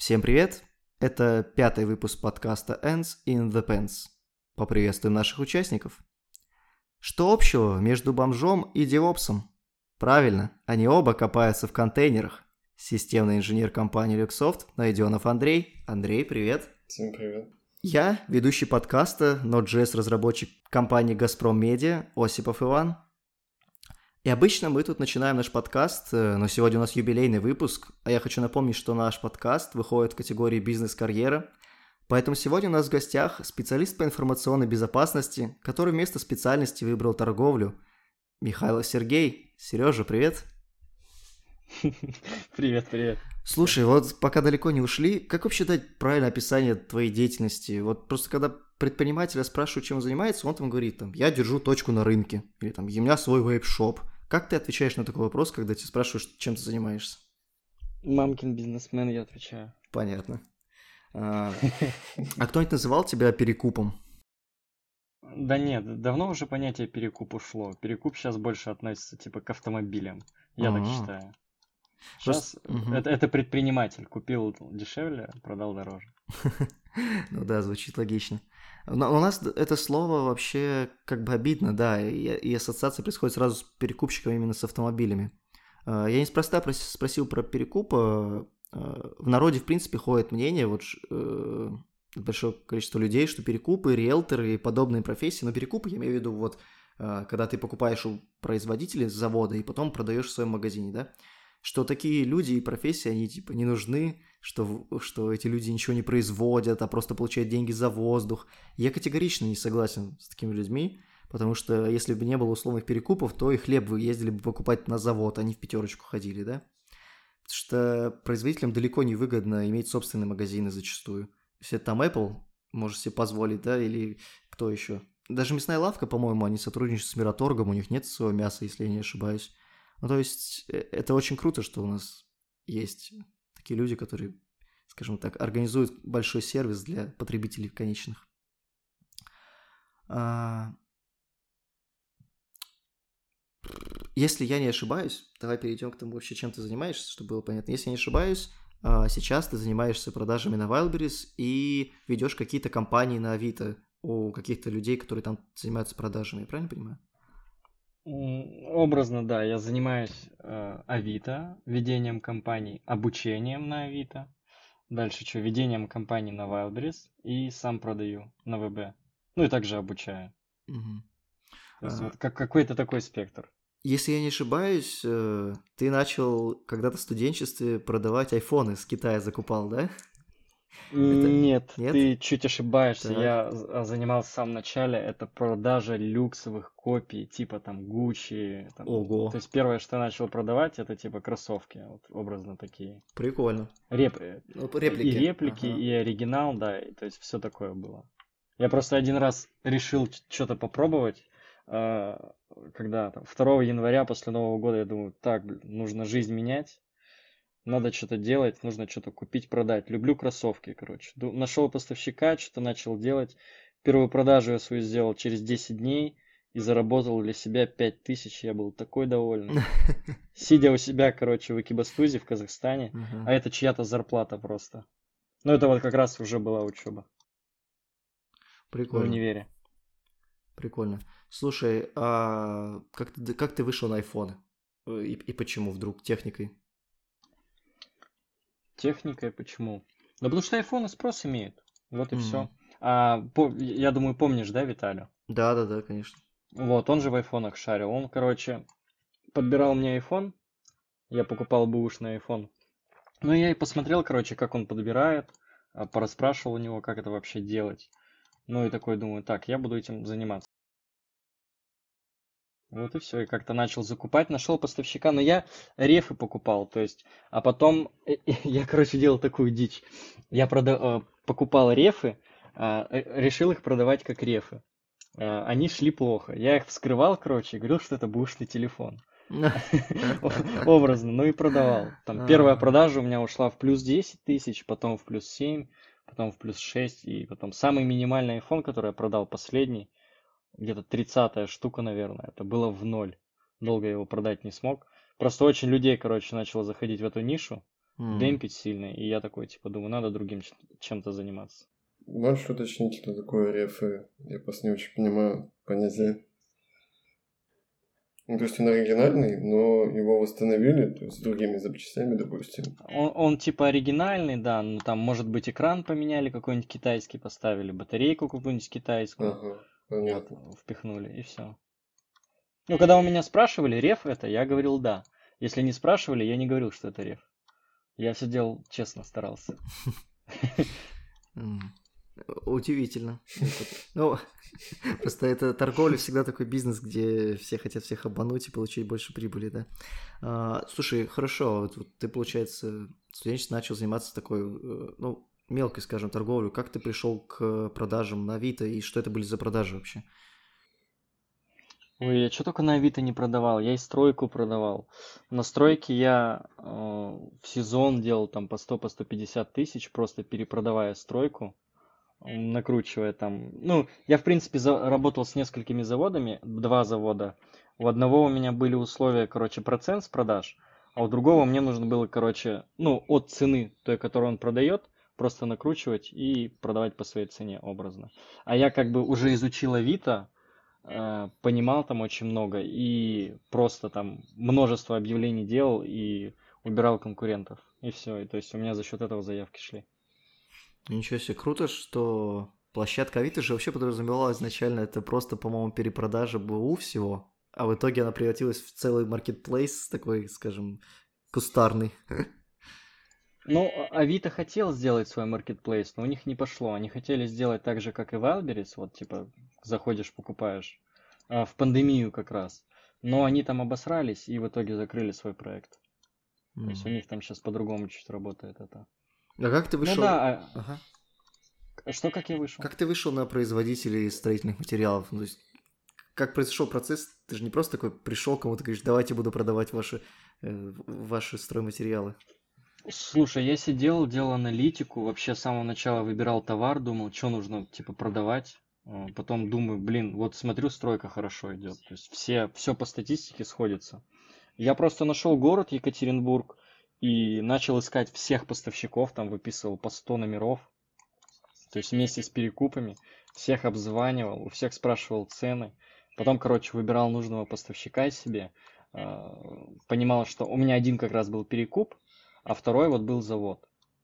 Всем привет! Это 5-й выпуск подкаста Ants in the Pants. Поприветствуем наших участников. Что общего между бомжом и девопсом? Правильно, они оба копаются в контейнерах. Системный инженер компании Luxoft Найденов Андрей. Андрей, привет! Всем привет! Я, ведущий подкаста, Node.js разработчик компании Газпром Медиа, Осипов Иван. И обычно мы тут начинаем наш подкаст, но сегодня у нас юбилейный выпуск, а я хочу напомнить, что наш подкаст выходит в категории «Бизнес-карьера», поэтому сегодня у нас в гостях специалист по информационной безопасности, который вместо специальности выбрал торговлю, Михайлов Сергей. Сережа, привет! Привет. Слушай, вот пока далеко не ушли, как вообще дать правильное описание твоей деятельности? Вот просто когда предпринимателя спрашивают, чем он занимается, он там говорит, там, я держу точку на рынке, или там, у меня свой вейп-шоп. Как ты отвечаешь на такой вопрос, когда тебя спрашивают, чем ты занимаешься? Мамкин бизнесмен, я отвечаю. Понятно. А кто-нибудь называл тебя перекупом? Да нет, давно уже понятие перекуп ушло. Перекуп сейчас больше относится типа к автомобилям. Я так считаю. Сейчас это предприниматель. Купил дешевле, продал дороже. Ну да, звучит логично. Но у нас это слово вообще как бы обидно, да, и ассоциация происходит сразу с перекупщиком именно с автомобилями. Я неспроста спросил про перекуп. В народе, в принципе, ходит мнение, вот большое количество людей, что перекупы, риэлторы и подобные профессии, но перекупы, я имею в виду, вот, когда ты покупаешь у производителя с завода и потом продаешь в своем магазине, да, что такие люди и профессии, они типа не нужны, что эти люди ничего не производят, а просто получают деньги за воздух. Я категорично не согласен с такими людьми, потому что если бы не было условных перекупов, то и хлеб вы ездили бы покупать на завод, а не в пятерочку ходили, да? Потому что производителям далеко не выгодно иметь собственные магазины зачастую. Если это там Apple, может себе позволить, да, или кто еще. Даже мясная лавка, по-моему, они сотрудничают с Мираторгом, у них нет своего мяса, если я не ошибаюсь. Ну, то есть, это очень круто, что у нас есть такие люди, которые, скажем так, организуют большой сервис для потребителей конечных. Если я не ошибаюсь, давай перейдем к тому вообще, чем ты занимаешься, чтобы было понятно. Если я не ошибаюсь, сейчас ты занимаешься продажами на Wildberries и ведешь какие-то компании на Авито у каких-то людей, которые там занимаются продажами, я правильно понимаю? Образно, да, я занимаюсь Авито, ведением компаний, обучением на Авито. Дальше что, ведением компаний на Wildberries и сам продаю на ВБ. Ну и также обучаю. То есть вот какой-то такой спектр. Если я не ошибаюсь, ты начал когда-то в студенчестве продавать айфоны с Китая закупал, да? Нет, Нет? ты чуть ошибаешься. Так. Я занимался в самом начале, это продажа люксовых копий, типа там Gucci. Там, Ого. То есть первое, что я начал продавать, это типа кроссовки, вот образно такие. Прикольно. И реплики, Ага. и оригинал, да, и, то есть все такое было. Я просто один раз решил что-то попробовать, когда там 2 января после Нового года я думаю, так, нужно жизнь менять. Надо что-то делать, нужно что-то купить, продать. Люблю кроссовки, короче. Нашел поставщика, что-то начал делать. Первую продажу я свою сделал через 10 дней и заработал для себя 5000. Я был такой довольный. Сидя у себя, короче, в Экибастузе в Казахстане. А это чья-то зарплата просто. Ну, это вот как раз уже была учеба. Прикольно. В универе. Прикольно. Слушай, а как ты вышел на айфоны? И почему вдруг техникой? Техникой почему? Да потому что айфоны спрос имеют. Вот и все. Я думаю, помнишь, да, Виталию? Да, конечно. Вот, он же в айфонах шарил. Он, короче, подбирал мне iPhone. Я покупал бэушный iPhone. Ну, я и посмотрел, короче, как он подбирает. Порасспрашивал у него, как это вообще делать. Ну, и такой думаю, так, я буду этим заниматься. Вот и все. И как-то начал закупать, нашел поставщика. Но я рефы покупал, то есть. А потом я, короче, делал такую дичь. Я покупал рефы, решил их продавать как рефы. Они шли плохо. Я их вскрывал, короче, и говорил, что это бэушный телефон. Образно, ну и продавал. Там первая продажа у меня ушла в плюс 10 тысяч, потом в плюс 7, потом в плюс 6, и потом самый минимальный iPhone, который я продал последний, где-то 30-я штука, наверное, это было в ноль. Долго я его продать не смог. Просто очень людей, короче, начало заходить в эту нишу. демпить сильно. И я такой, типа, думаю, надо другим чем-то заниматься. Можешь уточнить, что такое рефы? Я просто не очень понимаю понятие. Ну, то есть он оригинальный, но его восстановили, то есть с другими запчастями, допустим. Он типа оригинальный, да, но там, может быть, экран поменяли, какой-нибудь китайский поставили, батарейку какую-нибудь китайскую Ага, понятно. впихнули, и все. Ну, когда у меня спрашивали, реф это, я говорил да. Если не спрашивали, я не говорил, что это реф. Я все делал честно, старался. Удивительно. Ну, просто это торговля всегда такой бизнес, где все хотят всех обмануть и получить больше прибыли, да. Слушай, хорошо, вот ты, получается, студенчество начал заниматься такой, ну, мелкой, скажем, торговлей. Как ты пришел к продажам на Авито и что это были за продажи вообще? Ой, я что только на Авито не продавал, я и стройку продавал. На стройке я в сезон делал там по 100, по 150 тысяч, просто перепродавая стройку, накручивая там. Ну, я в принципе работал с несколькими заводами, 2 завода. У одного у меня были условия, короче, процент с продаж, а у другого мне нужно было, короче, ну, от цены той, которую он продает, просто накручивать и продавать по своей цене образно. А я как бы уже изучил Авито, понимал там очень много и просто там множество объявлений делал и убирал конкурентов. И все. И то есть у меня за счет этого заявки шли. Ничего себе, круто, что площадка Авито же вообще подразумевала изначально это просто, по-моему, перепродажа БУ всего, а в итоге она превратилась в целый маркетплейс такой, скажем, кустарный. Ну, Авито хотел сделать свой маркетплейс, но у них не пошло. Они хотели сделать так же, как и Wildberries, вот типа заходишь, покупаешь, в пандемию как раз. Но они там обосрались и в итоге закрыли свой проект. То есть у них там сейчас по-другому чуть работает это. А как ты Ну вышел? да, Ага. что как я вышел? Как ты вышел на производителей строительных материалов? Ну, то есть, как произошел процесс? Ты же не просто такой пришел кому-то, говоришь, давайте буду продавать ваши стройматериалы. Слушай, я сидел, делал аналитику, вообще с самого начала выбирал товар, думал, что нужно, типа, продавать. Потом думаю, блин, вот смотрю, стройка хорошо идет. То есть все по статистике сходится. Я просто нашел город Екатеринбург и начал искать всех поставщиков, там выписывал по 100 номеров, то есть вместе с перекупами, всех обзванивал, у всех спрашивал цены. Потом, короче, выбирал нужного поставщика себе, понимал, что у меня один как раз был перекуп, а второй вот был завод.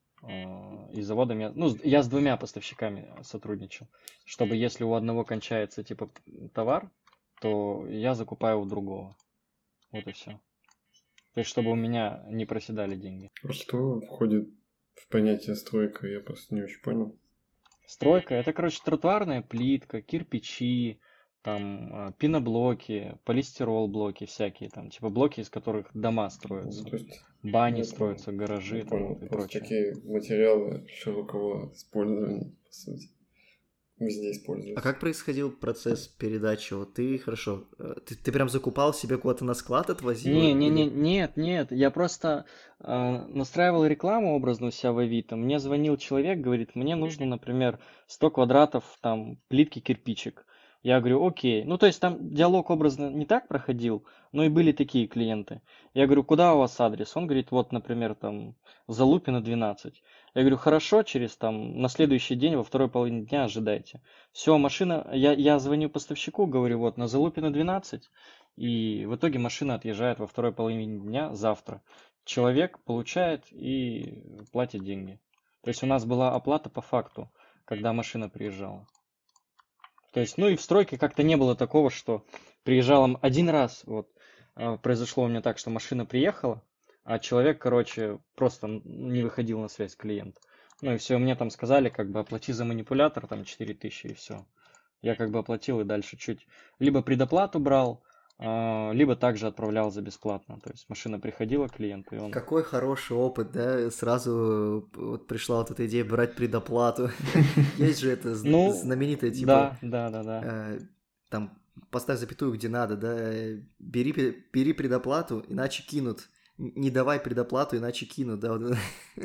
И заводом я с 2 поставщиками сотрудничал, чтобы если у одного кончается типа товар, то я закупаю у другого. Вот и все. То есть, чтобы у меня не проседали деньги. А что входит в понятие стройка? Я просто не очень понял. Стройка это, короче, тротуарная плитка, кирпичи, там пеноблоки, полистирол-блоки всякие, там, типа блоки, из которых дома строятся, Ну, то есть, бани я строятся, гаражи я там понял. вот и Просто прочее. такие материалы широкого использования, по сути. Везде А используются. как происходил процесс передачи? Вот ты хорошо, ты прям закупал себе куда-то на склад отвозил или? Нет, я просто настраивал рекламу образно у себя в Авито. Мне звонил человек, говорит, мне нужно, например, 100 квадратов там плитки кирпичик. Я говорю, окей. Ну, то есть там диалог образно не так проходил, но и были такие клиенты. Я говорю, куда у вас адрес? Он говорит, вот, например, там Залупина 12. Я говорю, хорошо, через там на следующий день во второй половине дня ожидайте. Все, машина, я звоню поставщику, говорю, вот на Залупина 12. И в итоге машина отъезжает во второй половине дня завтра. Человек получает и платит деньги. То есть у нас была оплата по факту, когда машина приезжала. То есть, ну и в стройке как-то не было такого, что приезжала один раз, вот, произошло у меня так, что машина приехала, а человек, короче, просто не выходил на связь клиент. Ну и все, мне там сказали, как бы оплати за манипулятор, там 4000 и все. Я как бы оплатил и дальше чуть либо предоплату брал, либо также отправлял за бесплатно. То есть машина приходила к клиенту, и он... Какой хороший опыт, да? Сразу вот пришла вот эта идея брать предоплату. Есть же это Ну, знаменитое, типа, да. там, поставь запятую где надо, да? Бери предоплату, иначе кинут. Не давай предоплату, иначе кинут, да? Вот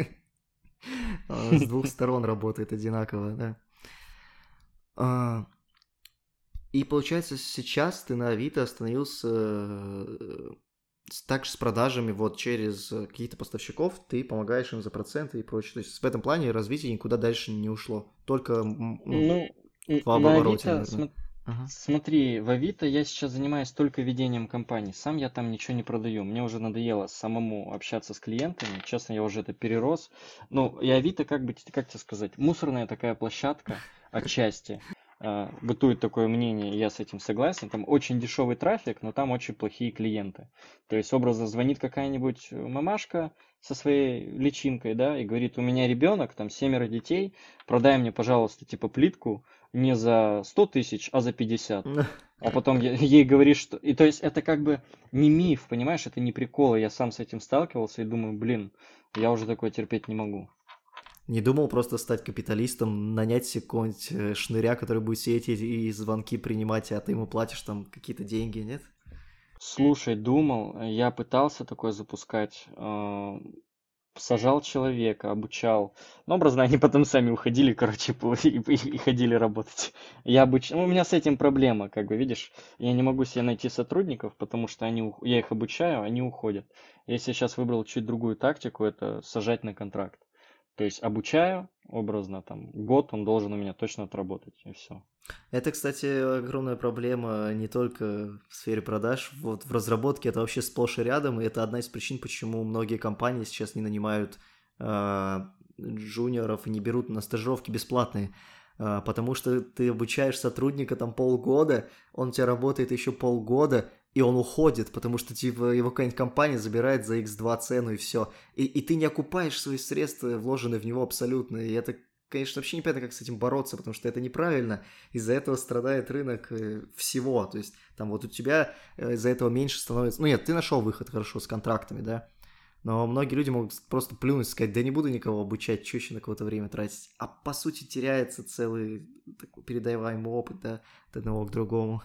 с двух сторон работает одинаково, да? И получается, сейчас ты на Авито остановился также с продажами вот через каких-то поставщиков ты помогаешь им за проценты и прочее. То есть в этом плане развитие никуда дальше не ушло. Только Ну, в на обороте, Авито, наверное. Ага. смотри, в Авито я сейчас занимаюсь только ведением компании. Сам я там ничего не продаю. Мне уже надоело самому общаться с клиентами. Честно, я уже это перерос. Ну, и Авито, как тебе сказать, мусорная такая площадка отчасти. Бытует такое мнение, и я с этим согласен. Там очень дешевый трафик, но там очень плохие клиенты. То есть, образно, звонит какая-нибудь мамашка со своей личинкой, да, и говорит, у меня ребенок, там 7 детей, продай мне, пожалуйста, типа плитку не за 100 тысяч, а за 50. А потом ей говоришь, что... И то есть это как бы не миф, понимаешь, это не прикол. Я сам с этим сталкивался и думаю, блин, я уже такое терпеть не могу. Не думал просто стать капиталистом, нанять себе какого-нибудь шныря, который будет сидеть и звонки принимать, а ты ему платишь там какие-то деньги, нет? Слушай, думал, я пытался такое запускать, сажал человека, обучал. Но образно они потом сами уходили, короче, и ходили работать. Ну, у меня с этим проблема, как бы, видишь, я не могу себе найти сотрудников, потому что я их обучаю, они уходят. Если я сейчас выбрал чуть другую тактику, это сажать на контракт. То есть обучаю, образно, там, год он должен у меня точно отработать, и все. Это, кстати, огромная проблема не только в сфере продаж. Вот в разработке это вообще сплошь и рядом, и это одна из причин, почему многие компании сейчас не нанимают джуниоров и не берут на стажировки бесплатные. Потому что ты обучаешь сотрудника там полгода, он у тебя работает еще полгода, и он уходит, потому что типа его какая-нибудь компания забирает за X2 цену и все. И ты не окупаешь свои средства, вложенные в него абсолютно. И это, конечно, вообще непонятно, как с этим бороться, потому что это неправильно. Из-за этого страдает рынок всего. То есть там вот у тебя из-за этого меньше становится... Ну нет, ты нашел выход хорошо с контрактами, да? Но многие люди могут просто плюнуть и сказать, да не буду никого обучать, что еще на кого-то время тратить. А по сути теряется целый такой передаваемый опыт, да, от одного к другому.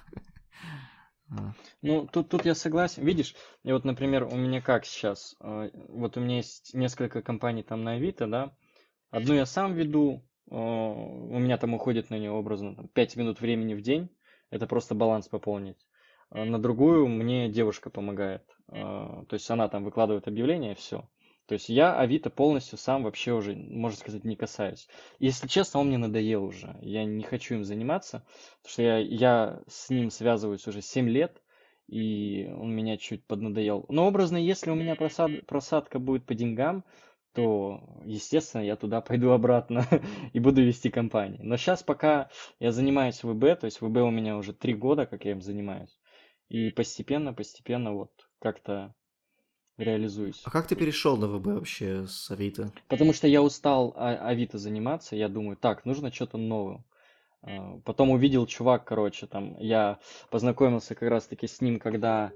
Ну, тут я согласен. Видишь, и вот, например, у меня как сейчас, вот у меня есть несколько компаний там на Авито, да, одну я сам веду, у меня там уходит на нее образно там, 5 минут времени в день, это просто баланс пополнить. На другую мне девушка помогает, то есть она там выкладывает объявления, и все. То есть я Авито полностью сам вообще уже, можно сказать, не касаюсь. Если честно, он мне надоел уже. Я не хочу им заниматься, потому что я с ним связываюсь уже 7 лет, и он меня чуть поднадоел. Но образно, если у меня просадка будет по деньгам, то, естественно, я туда пойду обратно и буду вести компанию. Но сейчас пока я занимаюсь ВБ, то есть ВБ у меня уже 3 года, как я им занимаюсь. И постепенно вот как-то реализуюсь. А как ты перешел на ВБ вообще с Авито? Потому что я устал Авито заниматься, я думаю, так, нужно что-то новое. Потом увидел чувак, короче, там, я познакомился как раз-таки с ним, когда...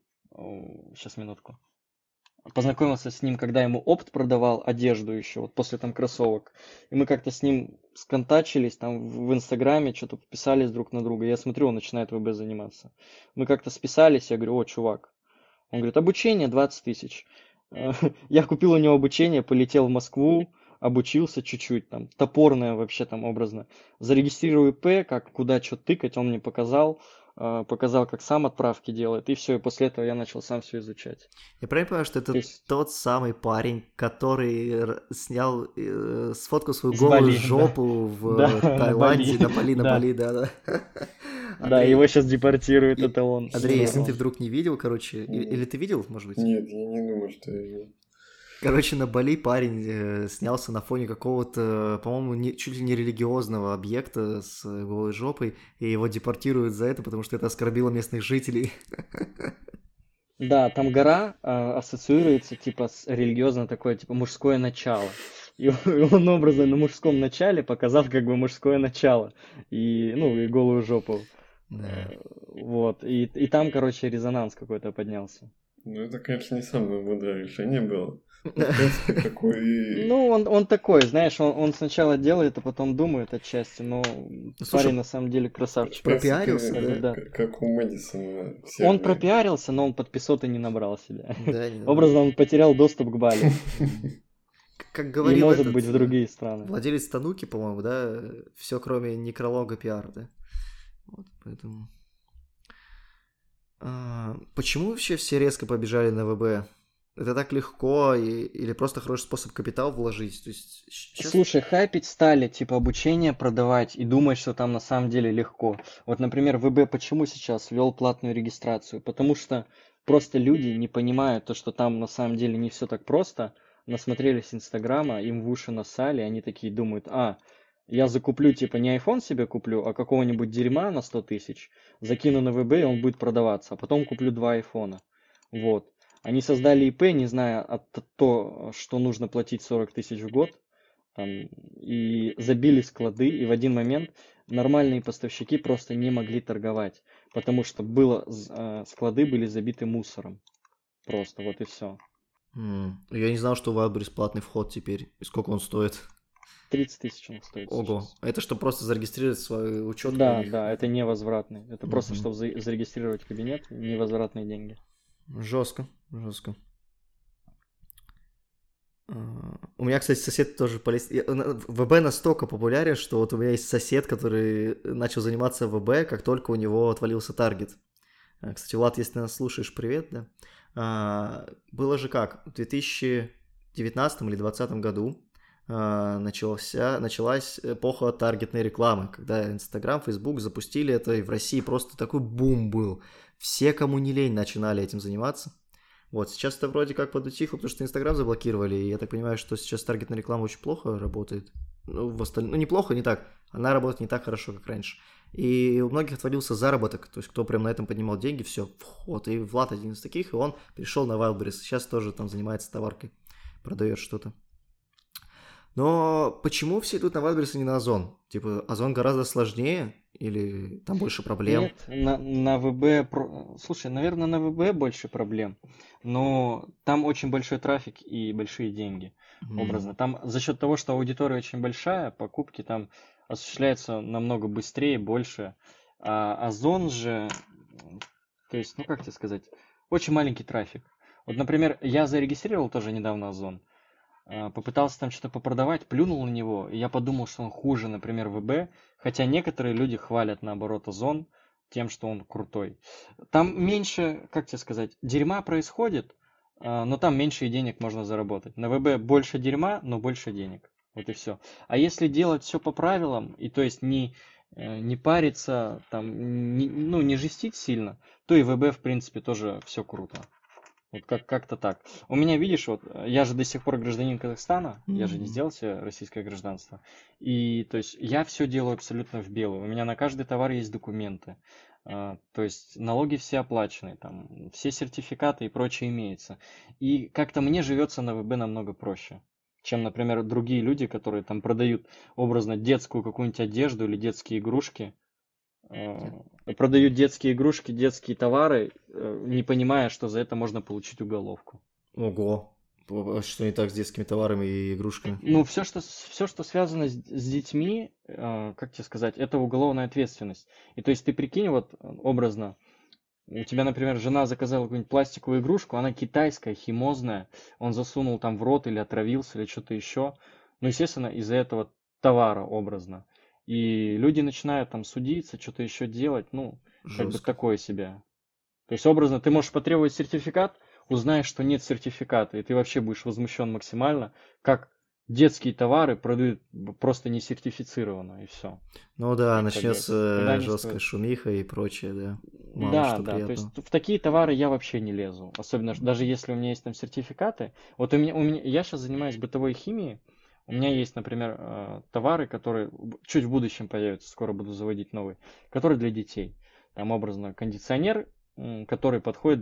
Сейчас, минутку. Познакомился с ним, когда ему опт продавал одежду еще, вот после там кроссовок. И мы как-то с ним сконтачились там в Инстаграме, что-то подписались друг на друга. Я смотрю, он начинает ВБ заниматься. Мы как-то списались, я говорю, о, чувак. Он говорит, обучение 20 тысяч. Я купил у него обучение, полетел в Москву, обучился чуть-чуть, там, топорное вообще там образно. Зарегистрирую ИП, как куда что тыкать, он мне показал, как сам отправки делает, и все, и после этого я начал сам все изучать. Я правильно понимаю, что это тот самый парень, который сфоткал свою голую Бали, жопу в да, Таиланде, на да. Бали, да. Да, его сейчас депортируют, это он. Андрей, если ты вдруг не видел, короче, или ты видел, может быть? Нет, я не думаю, что я видел. Короче, на Бали парень снялся на фоне какого-то, по-моему, чуть ли не религиозного объекта с голой жопой, и его депортируют за это, потому что это оскорбило местных жителей. Да, там гора ассоциируется типа с религиозно такое, типа мужское начало. И он образно на мужском начале показал как бы мужское начало. И, ну, и голую жопу. Да. Вот. И там, короче, резонанс какой-то поднялся. Ну, это, конечно, не самое мудрое решение было. В принципе, такой... Ну, он такой, знаешь, он сначала делает, а потом думает отчасти, но слушай, парень на самом деле красавчик. Пропиарился, да? Как у Мэдисона. Он пропиарился, но он подписоты не набрал себе. Да, не Образно он потерял доступ к Бали. Как И говорил может быть в другие страны. владелец Тануки, по-моему, да, все кроме некролога пиар, да. Вот, поэтому... Почему вообще все резко побежали на ВБ? Это так легко или просто хороший способ капитал вложить? То есть сейчас... Слушай, хайпить стали, типа обучение продавать и думать, что там на самом деле легко. Вот, например, ВБ почему сейчас ввел платную регистрацию? Потому что просто люди не понимают то, что там на самом деле не все так просто. Насмотрелись Инстаграма, им в уши нассали, они такие думают, я закуплю, типа, не iPhone себе куплю, а какого-нибудь дерьма на 100 тысяч, закину на ВБ, и он будет продаваться, а потом куплю два айфона. Вот. Они создали ИП, не зная то, что нужно платить 40 тысяч в год, там, и забили склады, и в один момент нормальные поставщики просто не могли торговать, потому что склады были забиты мусором. Просто, вот и все. Я не знал, что у вас бесплатный вход теперь. И сколько он стоит? 30 тысяч он стоит Ого. сейчас. Это что, просто зарегистрировать свою учетку у Да, них? да, это невозвратный. Это просто, Мгм. чтобы зарегистрировать кабинет, невозвратные деньги. Жестко, жестко. У меня, кстати, сосед тоже ВБ настолько популярен, что вот у меня есть сосед, который начал заниматься ВБ, как только у него отвалился таргет. Кстати, Влад, если ты нас слушаешь, привет, да? Было же как? В 2019 или 2020 году началась эпоха таргетной рекламы, когда Инстаграм, Фейсбук запустили это, и в России просто такой бум был. Все, кому не лень, начинали этим заниматься. Вот, сейчас это вроде как подутихло, потому что Инстаграм заблокировали, и я так понимаю, что сейчас таргетная реклама очень плохо работает. Неплохо, не так. Она работает не так хорошо, как раньше. И у многих отвалился заработок, то есть кто прям на этом поднимал деньги, все, вход. И Влад один из таких, и он перешел на Wildberries. Сейчас тоже там занимается товаркой, продает что-то. Но почему все идут на Wildberries, а не на Озон? Типа, Озон гораздо сложнее или там больше проблем? Нет, на ВБ... Слушай, наверное, на ВБ больше проблем, но там очень большой трафик и большие деньги, образно. Там за счет того, что аудитория очень большая, покупки там осуществляются намного быстрее, больше. А Озон же, то есть, ну как тебе сказать, очень маленький трафик. Вот, например, я зарегистрировал тоже недавно Озон, попытался там что-то попродавать, плюнул на него, и я подумал, что он хуже, например, ВБ, хотя некоторые люди хвалят, наоборот, Озон тем, что он крутой. Там меньше, как тебе сказать, дерьма происходит, но там меньше и денег можно заработать. На ВБ больше дерьма, но больше денег. Вот и все. А если делать все по правилам, и то есть не париться, там, не жестить сильно, то и ВБ, в принципе, тоже все круто. Вот как-то так. У меня, видишь, вот я же до сих пор гражданин Казахстана, я же не сделал себе российское гражданство. И то есть я все делаю абсолютно в белую. У меня на каждый товар есть документы. То есть налоги все оплачены, там, все сертификаты и прочее имеется. И как-то мне живется на ВБ намного проще, чем, например, другие люди, которые там продают образно детскую какую-нибудь одежду или детские игрушки. Продают детские игрушки, детские товары, не понимая, что за это можно получить уголовку. Ого. Что не так с детскими товарами и игрушками? Ну, все, что связано с детьми, как тебе сказать, это уголовная ответственность. И то есть ты прикинь, вот образно, у тебя, например, жена заказала какую-нибудь пластиковую игрушку, она китайская, химозная, он засунул там в рот или отравился, или что-то еще. Ну, естественно, из-за этого товара образно. И люди начинают там судиться, что-то еще делать, ну, как бы Жестко. такое себе. То есть образно ты можешь потребовать сертификат, узнаешь, что нет сертификата, и ты вообще будешь возмущен максимально, как детские товары продают просто не сертифицированно, и все. Ну да, Как бы начнется туда не жесткая стоит. шумиха и прочее, да. Мало Да, что да, то есть приятного. в такие товары я вообще не лезу. Особенно даже если у меня есть там сертификаты. Вот я сейчас занимаюсь бытовой химией. У меня есть, например, товары, которые чуть в будущем появятся, скоро буду заводить новые, которые для детей. Там образно кондиционер, который подходит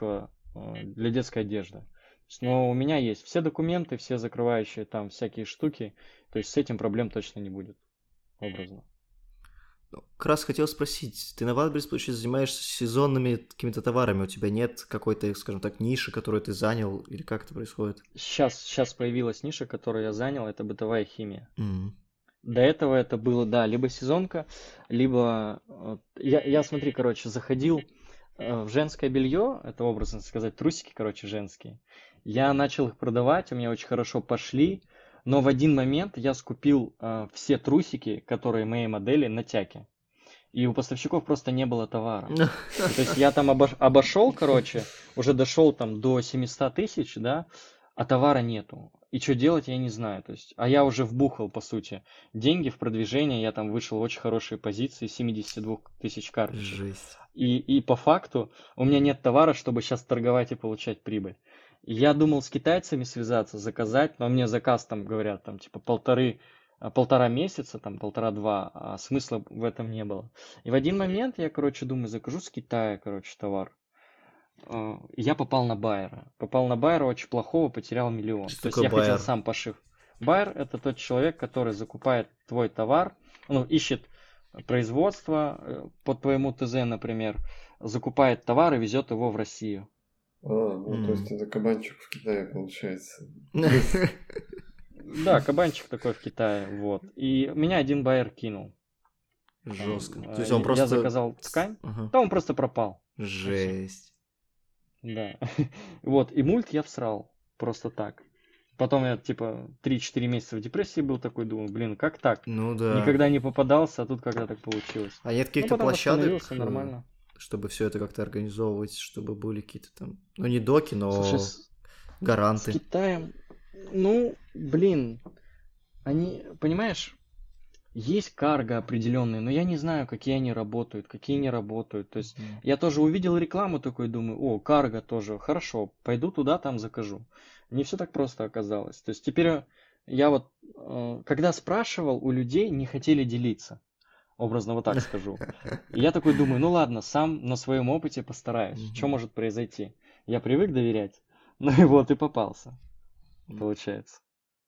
для детской одежды. Но у меня есть все документы, все закрывающие там всякие штуки. То есть с этим проблем точно не будет. Образно. Как раз хотел спросить, ты на Wildberries, получается, занимаешься сезонными какими-то товарами, у тебя нет какой-то, скажем так, ниши, которую ты занял, или как это происходит? Сейчас появилась ниша, которую я занял, это бытовая химия. М. До этого это было, да, либо сезонка, либо... Я смотри, короче, заходил в женское белье, это образно сказать, трусики, короче, женские. Я начал их продавать, у меня очень хорошо пошли, но в один момент я скупил все трусики, которые моей модели на Тяке. и у поставщиков просто не было товара. То есть я там обошел, короче, уже дошел там до 700 тысяч, да, а товара нету. И что делать, я не знаю. То есть, а я уже вбухал, по сути, деньги в продвижение, я там вышел в очень хорошие позиции, 72 тысяч карточек. Жесть. И по факту у меня нет товара, чтобы сейчас торговать и получать прибыль. И я думал с китайцами связаться, заказать, но мне заказ там говорят, там типа полтора месяца, там полтора-два, а смысла в этом не было. И в один момент я, короче, думаю, закажу с Китая, короче, товар. И я попал на байера. Попал на байера очень плохого, потерял миллион. Что То есть такое я хотел байер? сам пошив. Байер это тот человек, который закупает твой товар, ну, ищет производство под твоему ТЗ, например, закупает товар и везет его в Россию. Ну то есть это кабанчик в Китае получается. Да, кабанчик такой в Китае, вот. И меня один байер кинул. Жестко. Там, То есть он просто... Я заказал ткань, Ага. да он просто пропал. Жесть. Да. Вот, и мульт я всрал. Просто так. Потом я, типа, 3-4 месяца в депрессии был такой, думаю, блин, как так? Ну да. Никогда не попадался, а тут когда так получилось. А нет Ну, каких-то потом площадок, восстановился нормально. чтобы все это как-то организовывать, чтобы были какие-то там... Ну, не доки, но Слушай, с гаранты. Китаем, ну, блин, они, понимаешь, есть карго определенные, но я не знаю, какие они работают, какие не работают. То есть я тоже увидел рекламу такой, думаю, о, карго тоже, хорошо, пойду туда, там закажу. Не все так просто оказалось. То есть теперь я вот, когда спрашивал у людей, не хотели делиться. Образно вот так скажу. И я такой думаю, ну ладно, сам на своем опыте постараюсь. Что может произойти? Я привык доверять. Ну и вот и попался, получается.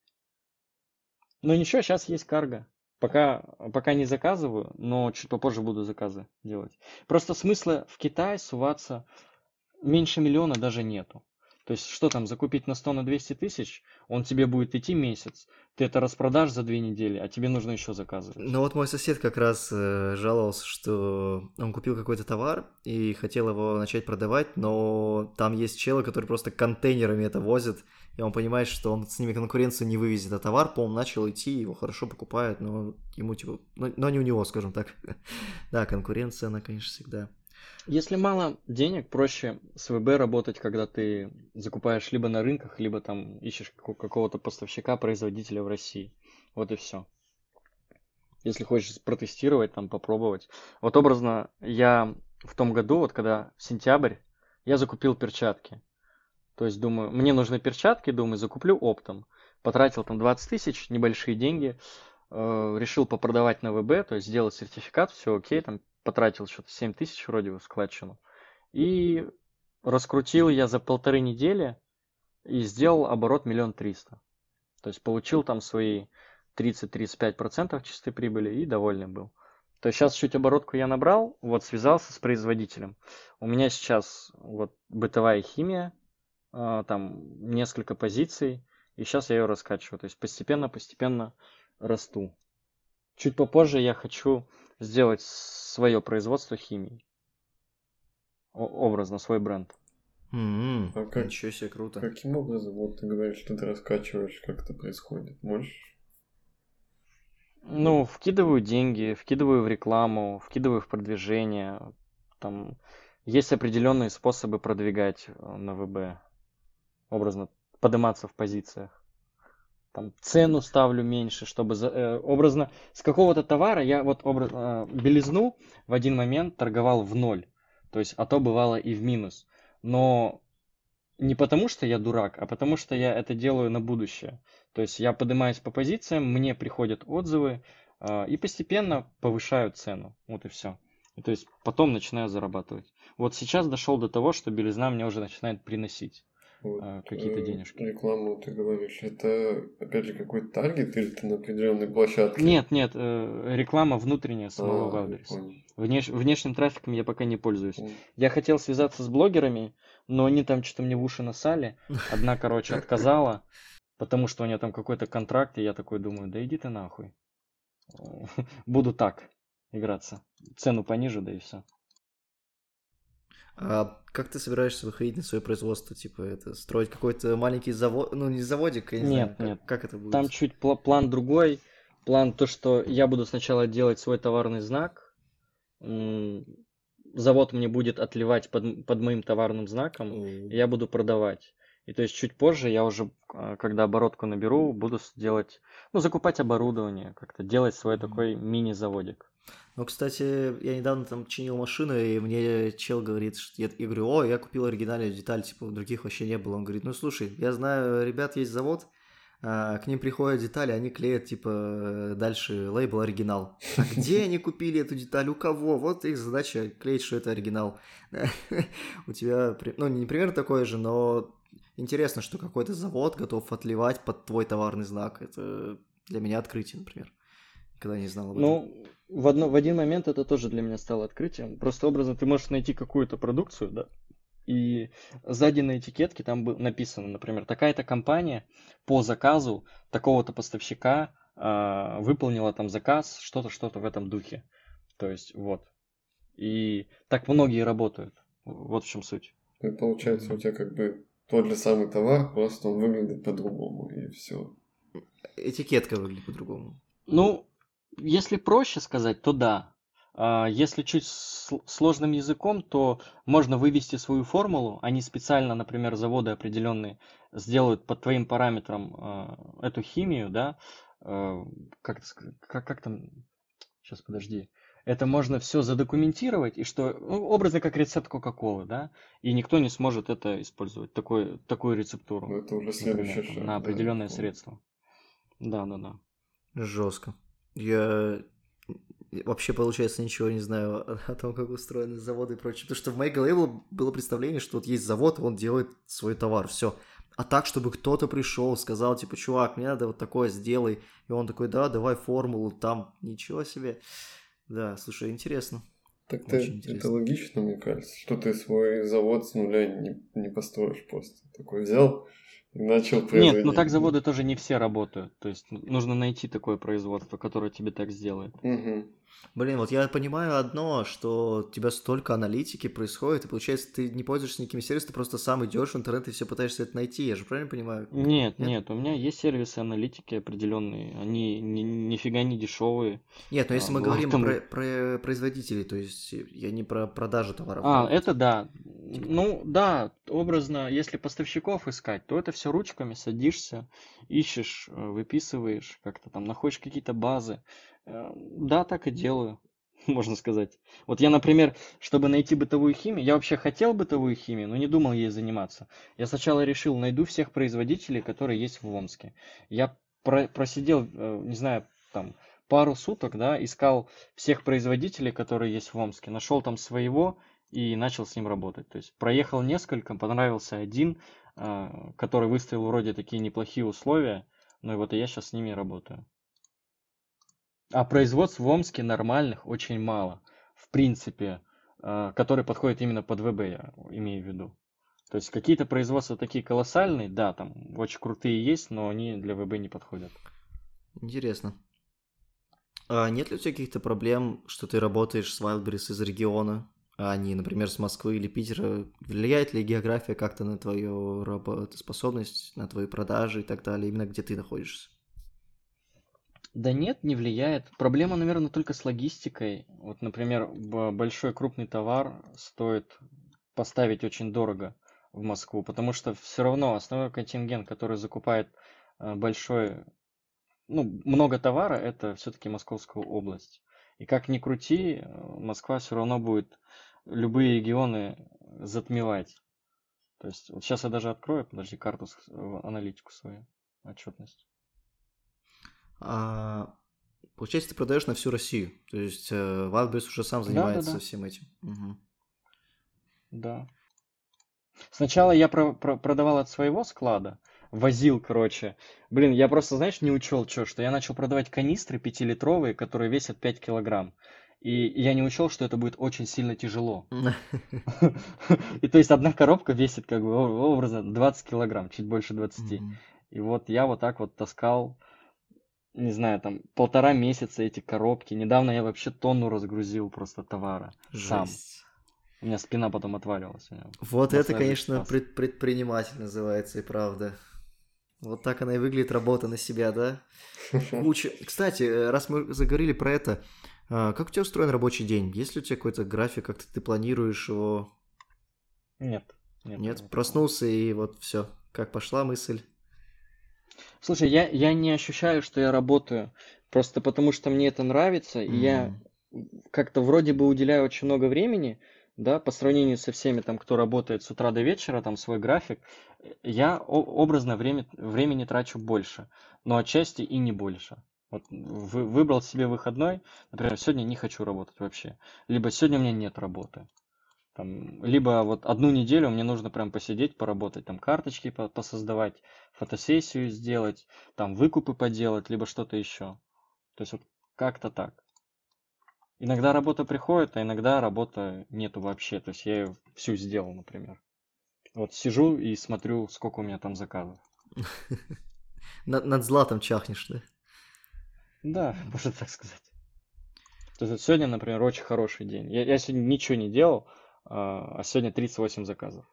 Но ничего, сейчас есть карго. Пока не заказываю, но чуть попозже буду заказы делать. Просто смысла в Китай суваться меньше миллиона даже нету. То есть, что там, закупить на 100 на 200 тысяч, он тебе будет идти месяц, ты это распродашь за 2 недели, а тебе нужно еще заказывать. Ну вот мой сосед как раз жаловался, что он купил какой-то товар и хотел его начать продавать, но там есть челы, которые просто контейнерами это возят, и он понимает, что он с ними конкуренцию не вывезет, а товар, по-моему, начал идти, его хорошо покупают, но ему типа, но не у него, скажем так. Да, конкуренция, она, конечно, всегда. Если мало денег, проще с ВБ работать, когда ты закупаешь либо на рынках, либо там ищешь какого-то поставщика, производителя в России. Вот и все. Если хочешь протестировать, там попробовать. Вот образно я в том году, вот когда сентябрь, я закупил перчатки. То есть думаю, мне нужны перчатки, думаю, закуплю оптом. Потратил там 20 тысяч, небольшие деньги. Решил попродавать на ВБ, то есть сделать сертификат, все окей, там потратил что-то 7 тысяч вроде в складчину. И раскрутил я за 1,5 недели и сделал оборот 1 300 000. То есть получил там свои 30-35% чистой прибыли и довольный был. То есть сейчас чуть оборотку я набрал, вот связался с производителем. У меня сейчас вот бытовая химия, там несколько позиций, и сейчас я ее раскачиваю. То есть постепенно расту. Чуть попозже я хочу сделать свое производство химии. Образно, свой бренд. Ничего себе, круто. Каким образом, вот ты говоришь, что ты раскачиваешь, как это происходит? Можешь? Ну, вкидываю деньги, вкидываю в рекламу, вкидываю в продвижение. Там есть определенные способы продвигать на ВБ. Образно, подниматься в позициях. Там цену ставлю меньше, чтобы образно с какого-то товара я вот белизну в один момент торговал в ноль. То есть, а то бывало и в минус. Но не потому, что я дурак, а потому, что я это делаю на будущее. То есть я поднимаюсь по позициям, мне приходят отзывы и постепенно повышаю цену. Вот и все. И то есть потом начинаю зарабатывать. Вот сейчас дошел до того, что белизна мне уже начинает приносить Вот, какие-то денежки. Рекламу ты говоришь, это опять же какой-то таргет или ты на определенной площадке? Нет, реклама внутренняя самого Wildberries. Внешним трафиком я пока не пользуюсь. Я хотел связаться с блогерами, но они там что-то мне в уши насали. Одна, короче, отказала, потому что у нее там какой-то контракт, и я такой думаю, да иди ты нахуй. Буду так играться. Цену понижу, да и все. А как ты собираешься выходить на свое производство? Типа, это строить какой-то маленький завод, ну не заводик, я не знаю, Нет. как это будет? Там чуть план другой. План то, что я буду сначала делать свой товарный знак, завод мне будет отливать под моим товарным знаком, и я буду продавать. И то есть чуть позже я уже, когда оборотку наберу, буду закупать оборудование, как-то делать свой такой мини-заводик. Ну, кстати, я недавно там чинил машину, и мне чел говорит, что я говорю, я купил оригинальную деталь, типа, других вообще не было. Он говорит, ну, слушай, я знаю, ребят, есть завод, к ним приходят детали, они клеят, типа, дальше лейбл оригинал. А где они купили эту деталь, у кого? Вот их задача клеить, что это оригинал. У тебя, ну, не примерно такое же, но интересно, что какой-то завод готов отливать под твой товарный знак. Это для меня открытие, например, когда я не знал об этом. Ну, в один момент это тоже для меня стало открытием. Просто образно ты можешь найти какую-то продукцию, да, и сзади на этикетке там написано, например, такая-то компания по заказу такого-то поставщика выполнила там заказ, что-то в этом духе. То есть, вот. И так многие работают. Вот в чем суть. И получается, у тебя как бы тот же самый товар, просто он выглядит по-другому, и все. Этикетка выглядит по-другому. Ну, если проще сказать, то да. Если чуть сложным языком, то можно вывести свою формулу. Они специально, например, заводы определенные сделают под твоим параметрам эту химию, да. Как там? Сейчас, подожди. Это можно все задокументировать, и что, образно как рецепт Кока-Колы, да, и никто не сможет это использовать, такую рецептуру, Но это уже следующий например, шаг. на определенное средство. Да. Жестко. Я вообще, получается, ничего не знаю о том, как устроены заводы и прочее. Потому что в моей голове было представление, что вот есть завод, он делает свой товар, все. А так, чтобы кто-то пришел, сказал, типа, чувак, мне надо вот такое сделай. И он такой, да, давай формулу, там, ничего себе. Да, слушай, интересно. Так это логично, мне кажется, что ты свой завод с нуля не построишь просто. Такой взял и начал производить. Нет, но так заводы тоже не все работают. То есть нужно найти такое производство, которое тебе так сделает. Угу. Блин, вот я понимаю одно, что у тебя столько аналитики происходит, и получается, ты не пользуешься никакими сервисами, ты просто сам идешь в интернет и все пытаешься это найти, я же правильно понимаю? Нет, у меня есть сервисы аналитики определенные, они нифига не дешевые. Нет, но если мы говорим про производителей, то есть я не про продажу товаров. Это да. Ну да, образно, если поставщиков искать, то это все ручками, садишься, ищешь, выписываешь, как-то там находишь какие-то базы. Да, так и делаю, можно сказать. Вот я, например, чтобы найти бытовую химию, я вообще хотел бытовую химию, но не думал ей заниматься. Я сначала решил, найду всех производителей, которые есть в Омске. Я просидел, не знаю, там, пару суток, да, искал всех производителей, которые есть в Омске, нашел там своего и начал с ним работать. То есть проехал несколько, понравился один, который выставил вроде такие неплохие условия, ну и вот и я сейчас с ними работаю. А производств в Омске нормальных очень мало, в принципе, которые подходят именно под ВБ, я имею в виду. То есть какие-то производства такие колоссальные, да, там очень крутые есть, но они для ВБ не подходят. Интересно. А нет ли у тебя каких-то проблем, что ты работаешь с Wildberries из региона, а не, например, с Москвы или Питера? Влияет ли география как-то на твою работоспособность, на твои продажи и так далее, именно где ты находишься? Да нет, не влияет. Проблема, наверное, только с логистикой. Вот, например, большой крупный товар стоит поставить очень дорого в Москву, потому что все равно основной контингент, который закупает много товара, это все-таки Московская область. И как ни крути, Москва все равно будет любые регионы затмевать. То есть, вот сейчас я даже открою, подожди, карту, аналитику свою, отчетность. Получается, ты продаешь на всю Россию. То есть Wildberries уже сам занимается всем этим. Угу. Да. Сначала я продавал от своего склада, возил, короче. Блин, я просто, знаешь, не учел, что я начал продавать канистры 5-литровые, которые весят 5 килограмм. И я не учел, что это будет очень сильно тяжело. И то есть одна коробка весит, как бы, образно, 20 килограмм, чуть больше 20. И вот я вот так вот таскал, не знаю, там, 1,5 месяца эти коробки. Недавно я вообще тонну разгрузил просто товара сам. У меня спина потом отваливалась. Вот это, конечно, предприниматель называется, и правда. Вот так она и выглядит, работа на себя, да? Куча. Кстати, раз мы заговорили про это, Как у тебя устроен рабочий день? Есть ли у тебя какой-то график, как ты планируешь его? Нет. Нет, проснулся и вот все. Как пошла мысль? Слушай, я не ощущаю, что я работаю, просто потому что мне это нравится, и я как-то вроде бы уделяю очень много времени, да, по сравнению со всеми там, кто работает с утра до вечера, там свой график, я образно времени трачу больше, но отчасти и не больше. Вот выбрал себе выходной, например, сегодня не хочу работать вообще, либо сегодня у меня нет работы. Там, либо вот одну неделю мне нужно прям посидеть, поработать, там карточки посоздавать, фотосессию сделать, там выкупы поделать, либо что-то еще. То есть вот как-то так. Иногда работа приходит, а иногда работы нету вообще. То есть я ее всю сделал, например. Вот сижу и смотрю, сколько у меня там заказов. Над златом чахнешь, да? Да, можно так сказать. То есть вот сегодня, например, очень хороший день. Я сегодня ничего не делал, а сегодня 38 заказов.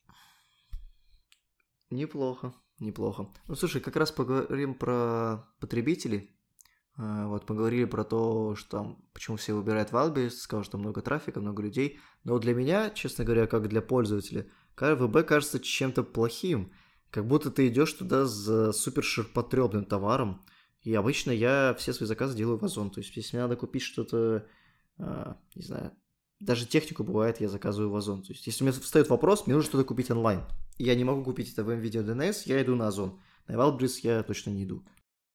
Неплохо. Ну, слушай, как раз поговорим про потребителей. Вот, поговорили про то, что там, почему все выбирают Wildberries, сказал, что много трафика, много людей. Но для меня, честно говоря, как для пользователя, ВБ кажется чем-то плохим. Как будто ты идешь туда с супер ширпотребным товаром. И обычно я все свои заказы делаю в Озон. То есть, если мне надо купить что-то, не знаю, даже технику бывает, я заказываю в Озон. То есть, если у меня встает вопрос, мне нужно что-то купить онлайн. И я не могу купить это в MVideo DNS, я иду на Озон. На Wildberries я точно не иду.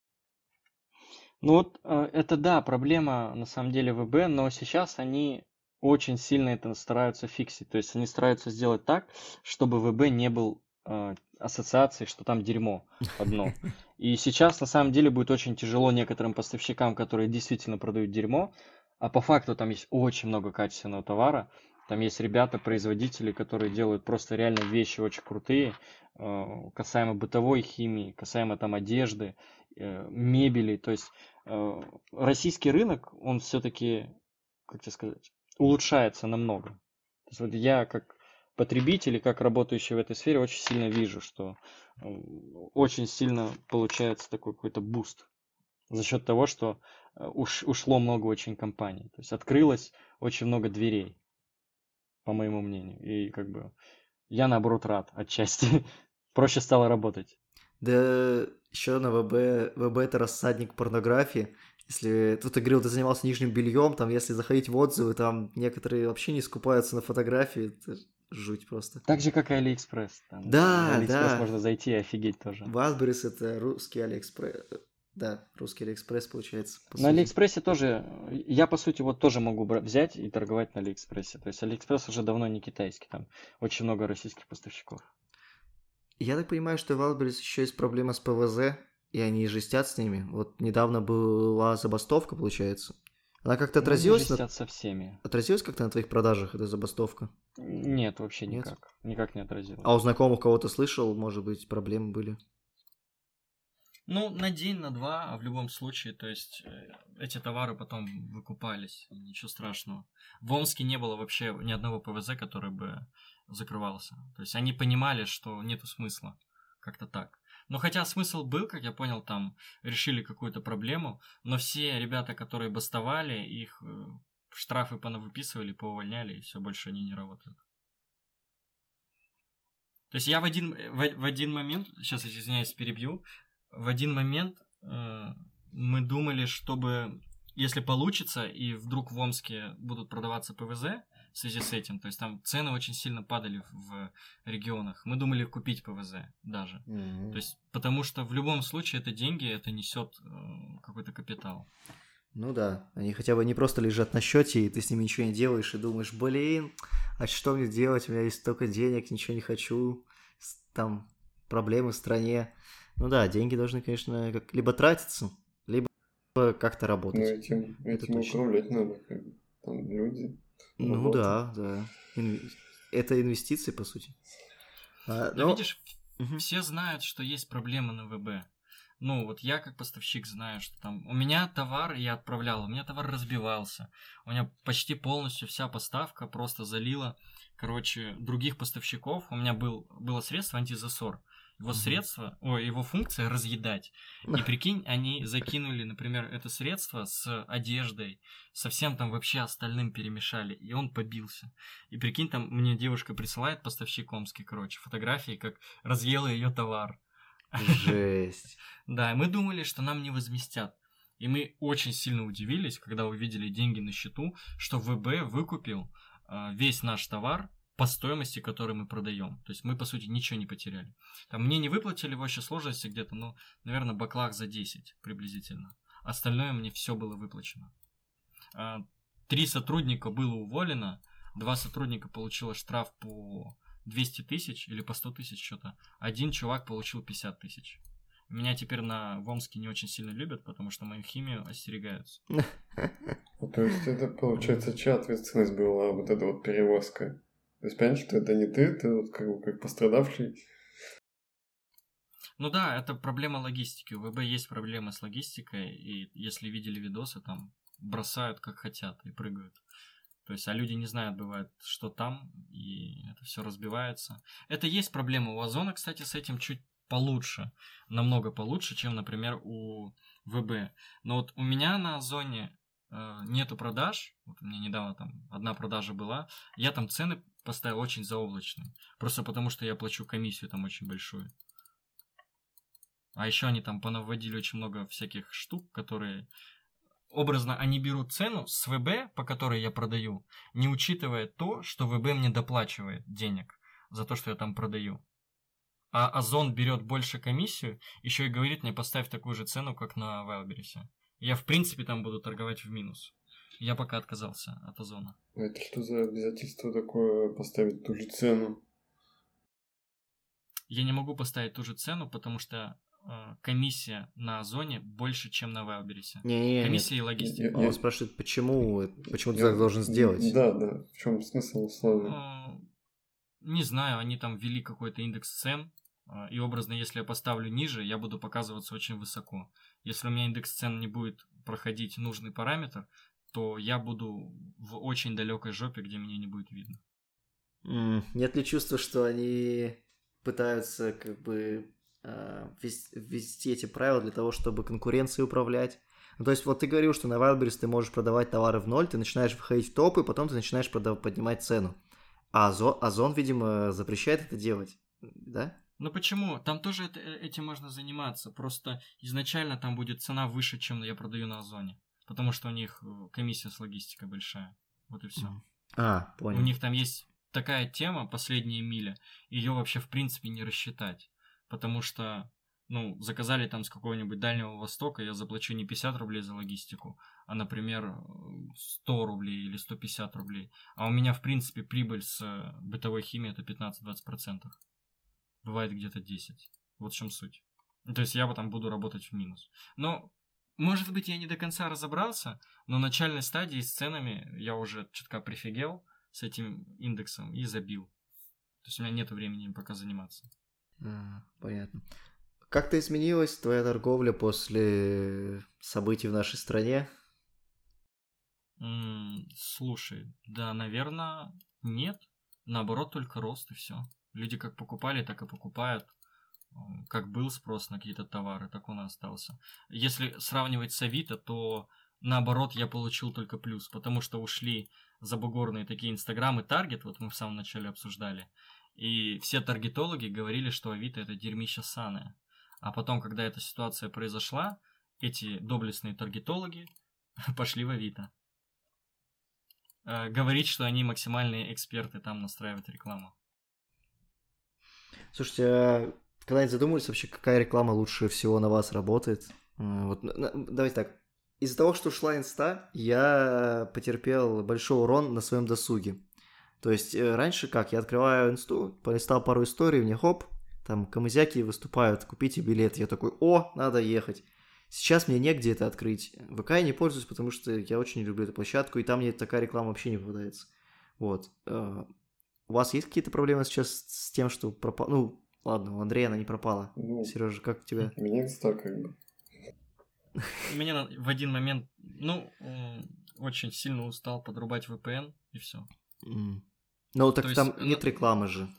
Ну вот это да, проблема на самом деле ВБ, но сейчас они очень сильно это стараются фиксить. То есть они стараются сделать так, чтобы ВБ не был ассоциацией, что там дерьмо одно. И сейчас на самом деле будет очень тяжело некоторым поставщикам, которые действительно продают дерьмо, а по факту там есть очень много качественного товара. Там есть ребята, производители, которые делают просто реально вещи очень крутые, касаемо бытовой химии, касаемо там одежды, мебели. То есть российский рынок, он все-таки, как тебе сказать, улучшается намного. То есть вот я как потребитель и как работающий в этой сфере очень сильно вижу, что очень сильно получается такой какой-то буст за счет того, что ушло много очень компаний. То есть открылось очень много дверей, по моему мнению. И как бы я наоборот рад отчасти. Проще стало работать. Да, еще на ВБ это рассадник порнографии. Если тут ты говорил, ты занимался нижним бельем, там, если заходить в отзывы, там некоторые вообще не скупаются на фотографии, это жуть просто. Так же, как и Алиэкспресс. Там, Да, на Алиэкспресс да. можно зайти и офигеть тоже. Wildberries это русский Алиэкспресс. Да, русский Алиэкспресс получается. На Алиэкспрессе тоже, я по сути вот тоже могу взять и торговать на Алиэкспрессе. То есть Алиэкспресс уже давно не китайский, там очень много российских поставщиков. Я так понимаю, что в Wildberries еще есть проблема с ПВЗ, и они жестят с ними. Вот недавно была забастовка, получается. Она как-то отразилась? Жестят со всеми. Отразилась как-то на твоих продажах эта забастовка? Нет, вообще Нет? никак. Никак не отразилось. А у знакомых кого-то слышал, может быть, проблемы были? Ну, на день, на два, а в любом случае, то есть эти товары потом выкупались, ничего страшного. В Омске не было вообще ни одного ПВЗ, который бы закрывался. То есть они понимали, что нету смысла, как-то так. Но хотя смысл был, как я понял, там решили какую-то проблему, но все ребята, которые бастовали, их штрафы понавыписывали, поувольняли, и все, больше они не работают. То есть я в один момент, сейчас, извиняюсь, перебью, в один момент мы думали, чтобы, если получится, и вдруг в Омске будут продаваться ПВЗ в связи с этим, то есть там цены очень сильно падали в регионах, мы думали купить ПВЗ даже. Mm-hmm. То есть, потому что в любом случае это деньги, это несет какой-то капитал. Ну да, они хотя бы не просто лежат на счете, и ты с ними ничего не делаешь, и думаешь, блин, а что мне делать, у меня есть столько денег, ничего не хочу, там проблемы в стране. Ну да, деньги должны, конечно, либо тратиться, либо как-то работать. Ну, этим управлять надо, как бы. Там люди. Ну работа. да. Это инвестиции, по сути. Видишь, все знают, что есть проблемы на ВБ. Ну, вот я как поставщик знаю, что там у меня товар, я отправлял, у меня товар разбивался. У меня почти полностью вся поставка просто залила, других поставщиков. У меня было средство антизасор. его средства, его функция разъедать. И прикинь, они закинули, например, это средство с одеждой, со всем там вообще остальным перемешали, и он побился. И прикинь, там мне девушка присылает, поставщик омский, короче, фотографии, как разъела ее товар. Жесть. Да, и мы думали, что нам не возместят. И мы очень сильно удивились, когда увидели деньги на счету, что ВБ выкупил весь наш товар по стоимости, которую мы продаем. То есть мы, по сути, ничего не потеряли. Там мне не выплатили в общей сложности где-то, ну, наверное, баклах за 10 приблизительно. Остальное мне все было выплачено. 3 сотрудника было уволено, 2 сотрудника получило штраф по 200 тысяч или по 100 тысяч что-то. 1 чувак получил 50 тысяч. Меня теперь в Омске не очень сильно любят, потому что мою химию остерегаются. То есть это, получается, чья ответственность была вот эта вот перевозка? То есть, понимаешь, что это не ты вот как пострадавший? Ну да, это проблема логистики. У ВБ есть проблемы с логистикой, и если видели видосы, там бросают как хотят и прыгают. То есть, а люди не знают, бывает, что там, и это все разбивается. Это есть проблема у Озона, кстати, с этим чуть получше, намного получше, чем, например, у ВБ. Но вот у меня на Озоне нету продаж, вот у меня недавно там одна продажа была, я там цены поставил очень заоблачные, просто потому что я плачу комиссию там очень большую. А еще они там понаводили очень много всяких штук, которые... Образно, они берут цену с ВБ, по которой я продаю, не учитывая то, что ВБ мне доплачивает денег за то, что я там продаю. А Озон берет больше комиссию, еще и говорит мне, поставь такую же цену, как на Вайлдберрисе. Я, в принципе, там буду торговать в минус. Я пока отказался от Озона. Это что за обязательство такое, поставить ту же цену? Я не могу поставить ту же цену, потому что комиссия на Озоне больше, чем на Вайлдберрисе. Комиссия и логистика. Он спрашивает, почему ты так должен сделать? Да, в чем смысл условия? Не знаю, они там ввели какой-то индекс цен, и образно, если я поставлю ниже, я буду показываться очень высоко. Если у меня индекс цен не будет проходить нужный параметр, то я буду в очень далекой жопе, где меня не будет видно. Нет ли чувства, что они пытаются как бы ввести эти правила для того, чтобы конкуренцией управлять? Ну, то есть вот ты говорил, что на Wildberries ты можешь продавать товары в ноль, ты начинаешь входить в топы, потом ты начинаешь поднимать цену. А Озон, видимо, запрещает это делать, да? Ну почему? Там тоже этим можно заниматься. Просто изначально там будет цена выше, чем я продаю на Озоне. Потому что у них комиссия с логистикой большая. Вот и все. Понял. У них там есть такая тема, последняя миля, ее вообще в принципе не рассчитать. Потому что, заказали там с какого-нибудь Дальнего Востока, я заплачу не 50 рублей за логистику, а, например, 100 рублей или 150 рублей. А у меня, в принципе, прибыль с бытовой химии это 15-20%. Бывает где-то 10%. Вот в чем суть. То есть я там буду работать в минус. Но, может быть, я не до конца разобрался, но в начальной стадии с ценами я уже чутка прифигел с этим индексом и забил. То есть у меня нет времени им пока заниматься. Понятно. Как-то изменилась твоя торговля после событий в нашей стране? Слушай, да, наверное, нет. Наоборот, только рост и все. Люди как покупали, так и покупают. Как был спрос на какие-то товары, так он и остался. Если сравнивать с Авито, то наоборот я получил только плюс, потому что ушли забугорные такие инстаграмы Таргет, вот мы в самом начале обсуждали. И все таргетологи говорили, что Авито это дерьмище ссаное. А потом, когда эта ситуация произошла, эти доблестные таргетологи пошли в Авито. Говорить, что они максимальные эксперты там настраивать рекламу. Слушайте, а когда-нибудь задумывались вообще, какая реклама лучше всего на вас работает? Вот, давайте так. Из-за того, что ушла инста, я потерпел большой урон на своем досуге. То есть раньше как? Я открываю инсту, полистал пару историй, мне хоп, там камызяки выступают, купите билет. Я такой, надо ехать. Сейчас мне негде это открыть. ВК я не пользуюсь, потому что я очень не люблю эту площадку, и там мне такая реклама вообще не попадается. Вот. У вас есть какие-то проблемы сейчас с тем, что пропала? Ну, ладно, у Андрея она не пропала. Сережа, как у тебя? У меня инста как бы. Меня в один момент, очень сильно устал подрубать VPN, и все. Ну, так там нет рекламы же.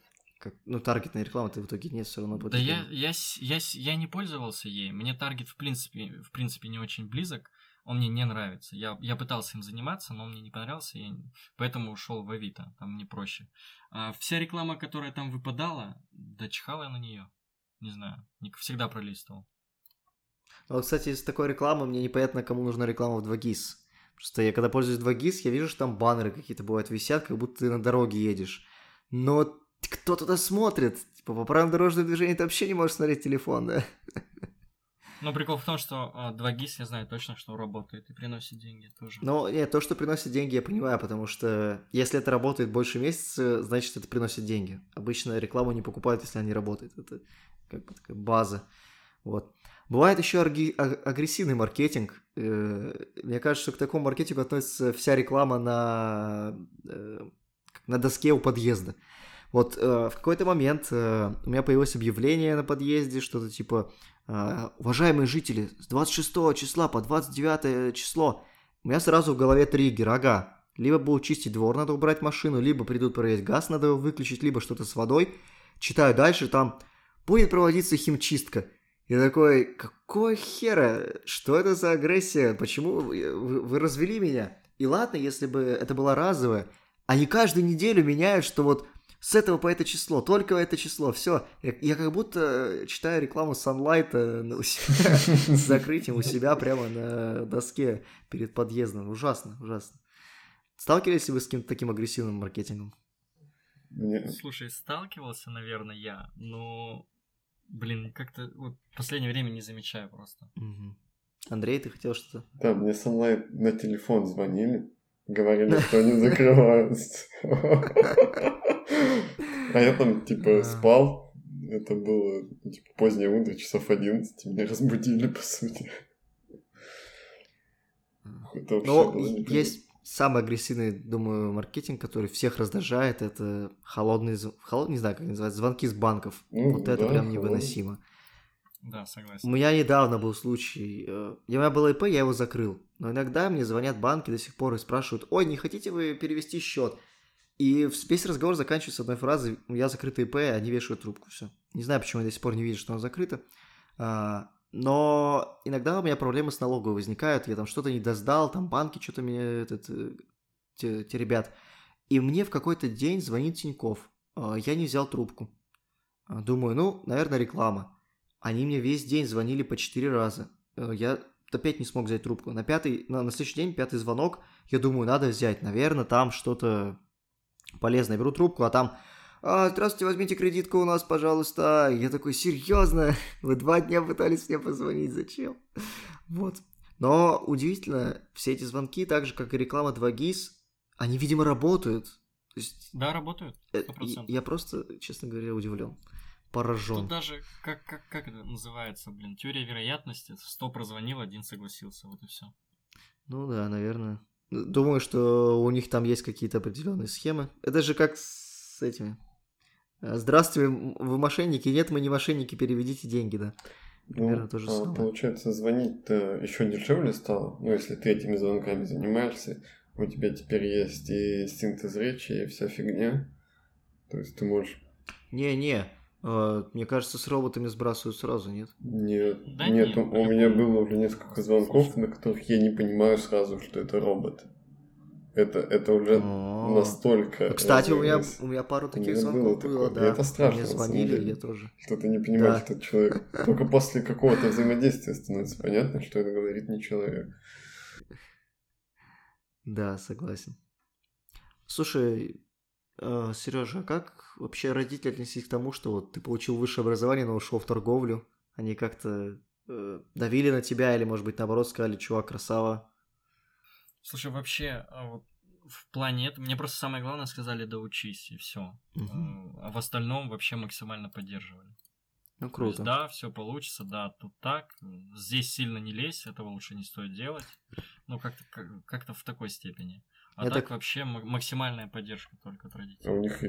ну, таргетная реклама, ты в итоге нет все равно. Да я не пользовался ей. Мне таргет в принципе не очень близок. Он мне не нравится. Я пытался им заниматься, но он мне не понравился, поэтому ушел в Авито. Там мне проще. А вся реклама, которая там выпадала, да чихал я на нее. Не знаю. Всегда пролистывал. Вот, кстати, из такой рекламы мне непонятно, кому нужна реклама в 2GIS. Просто я когда пользуюсь 2GIS, я вижу, что там баннеры какие-то бывают висят, как будто ты на дороге едешь. Но кто туда смотрит? Типа, по правилам дорожного движения ты вообще не можешь смотреть телефон, да? Но прикол в том, что 2GIS, я знаю точно, что работает и приносит деньги тоже. Ну, нет, то, что приносит деньги, я понимаю, потому что если это работает больше месяца, значит, это приносит деньги. Обычно рекламу не покупают, если она не работает. Это как бы такая база. Вот. Бывает еще агрессивный маркетинг. Мне кажется, что к такому маркетингу относится вся реклама на доске у подъезда. Вот в какой-то момент у меня появилось объявление на подъезде, что-то типа «Уважаемые жители, с 26 числа по 29 число». У меня сразу в голове триггер, ага. Либо будут чистить двор, надо убрать машину, либо придут проверять газ, надо его выключить, либо что-то с водой. Читаю дальше, там будет проводиться химчистка. Я такой, какого хера? Что это за агрессия? Почему вы развели меня? И ладно, если бы это было разовое, они каждую неделю меняют, что вот с этого по это число, только это число, все. Я как будто читаю рекламу Sunlight с закрытием у себя прямо на доске перед подъездом. Ужасно, ужасно. Сталкивались ли вы с каким-то таким агрессивным маркетингом? Слушай, сталкивался, наверное, я, но... Блин, как-то вот в последнее время не замечаю просто. Угу. Андрей, ты хотел что-то? Да, мне Sunlight на телефон звонили, говорили, что они закрываются. А я там, типа, спал. Это было, типа, позднее утро, часов 11. Меня разбудили, по сути. Это вообще было непонятно. Есть самый агрессивный, думаю, маркетинг, который всех раздражает, это холодные, не знаю, как называется, звонки с банков. Вот это прям невыносимо. Да, согласен. У меня недавно был случай, у меня было ИП, я его закрыл, но иногда мне звонят банки до сих пор и спрашивают, ой, не хотите вы перевести счет? И весь разговор заканчивается одной фразой, я закрытый ИП, они вешают трубку, все. Не знаю, почему они до сих пор не видят, что оно закрыто. Но иногда у меня проблемы с налоговой возникают, я там что-то не досдал, там банки что-то мне, те ребят. И мне в какой-то день звонит Тинькофф, я не взял трубку. Думаю, ну, наверное, реклама. Они мне весь день звонили по 4 раза. Я опять не смог взять трубку. На следующий день, 5-й звонок, я думаю, надо взять, наверное, там что-то полезное. Беру трубку, а там... «Здравствуйте, возьмите кредитку у нас, пожалуйста». Я такой, серьезно? Вы 2 дня пытались мне позвонить, зачем? Вот. Но удивительно, все эти звонки, так же, как и реклама 2GIS, они, видимо, работают. То есть, да, работают, 100%. Я просто, честно говоря, удивлен. Поражен. Тут даже, как это называется, блин, теория вероятности. 100 прозвонил, 1 согласился, вот и все. Ну да, наверное. Думаю, что у них там есть какие-то определенные схемы. Это же как с этими... Здравствуйте, вы мошенники? Нет, мы не мошенники, переведите деньги, да. Примерно то же самое. Получается, звонить-то еще дешевле стало. Ну, если ты этими звонками занимаешься, у тебя теперь есть и синтез речи, и вся фигня. То есть ты можешь... Не-не, мне кажется, с роботами сбрасывают сразу, нет? Нет, да нет, у меня было уже несколько звонков, на которых я не понимаю сразу, что это робот. Это уже настолько... Кстати, у меня пару таких звонков было, да. Это страшно, мне звонили, я тоже. Что ты не понимаешь, что это человек. Только после какого-то взаимодействия становится понятно, что это говорит не человек. Да, согласен. Слушай, Сережа, а как вообще родители отнеслись к тому, что вот ты получил высшее образование, но ушел в торговлю? Они как-то давили на тебя или, может быть, наоборот, сказали, чувак, красава? Слушай, вообще, вот в плане этого, мне просто самое главное сказали, да учись, и все. А в остальном вообще максимально поддерживали. Ну, круто. То есть, да, все получится, да, тут так. Здесь сильно не лезь, этого лучше не стоит делать. Ну, как-то в такой степени. А так вообще максимальная поддержка только от родителей. А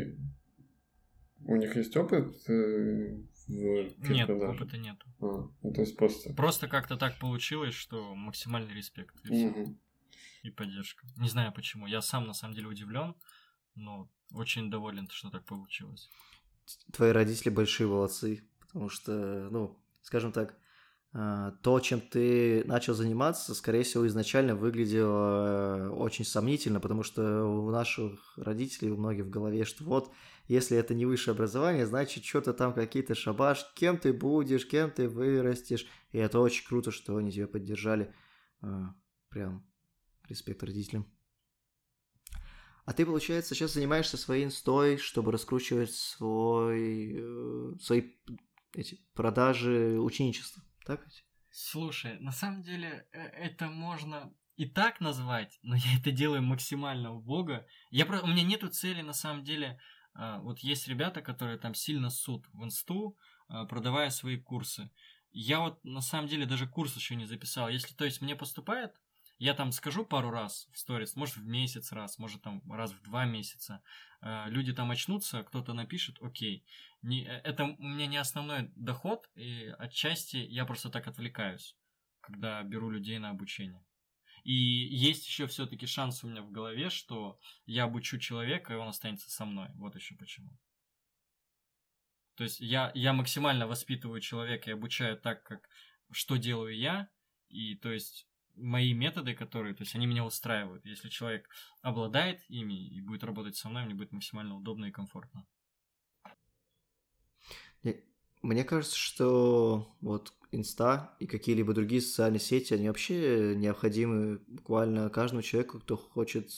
у них есть опыт в Нет, опыта нет. Ну, то есть просто... Просто как-то так получилось, что максимальный респект, и все. И поддержка. Не знаю почему. Я сам на самом деле удивлен, но очень доволен, что так получилось. твои родители большие молодцы, потому что, ну, скажем так, то, чем ты начал заниматься, скорее всего, изначально выглядело очень сомнительно, потому что у наших родителей, у многих в голове, что вот, если это не высшее образование, значит, что-то там какие-то шабаш, кем ты будешь, кем ты вырастешь, и это очень круто, что они тебя поддержали. Прям респект родителям. А ты, получается, сейчас занимаешься своей инстой, чтобы раскручивать свои эти продажи ученичества, так ведь? Слушай, на самом деле это можно и так назвать, но я это делаю максимально убого. У меня нету цели, на самом деле. Вот есть ребята, которые там сильно ссут в инсту, продавая свои курсы. Я вот на самом деле даже курс еще не записал. Если, то есть, мне поступает, я там скажу пару раз в сторис, может в месяц раз, может там раз в 2 месяца. Люди там очнутся, кто-то напишет, окей. Это у меня не основной доход, и отчасти я просто так отвлекаюсь, когда беру людей на обучение. И есть еще все-таки шанс у меня в голове, что я обучу человека, и он останется со мной. Вот еще почему. То есть я максимально воспитываю человека и обучаю так, как что делаю я, и то есть мои методы, которые, то есть они меня устраивают. Если человек обладает ими и будет работать со мной, мне будет максимально удобно и комфортно. Мне кажется, что вот Инста и какие-либо другие социальные сети, они вообще необходимы буквально каждому человеку, кто хочет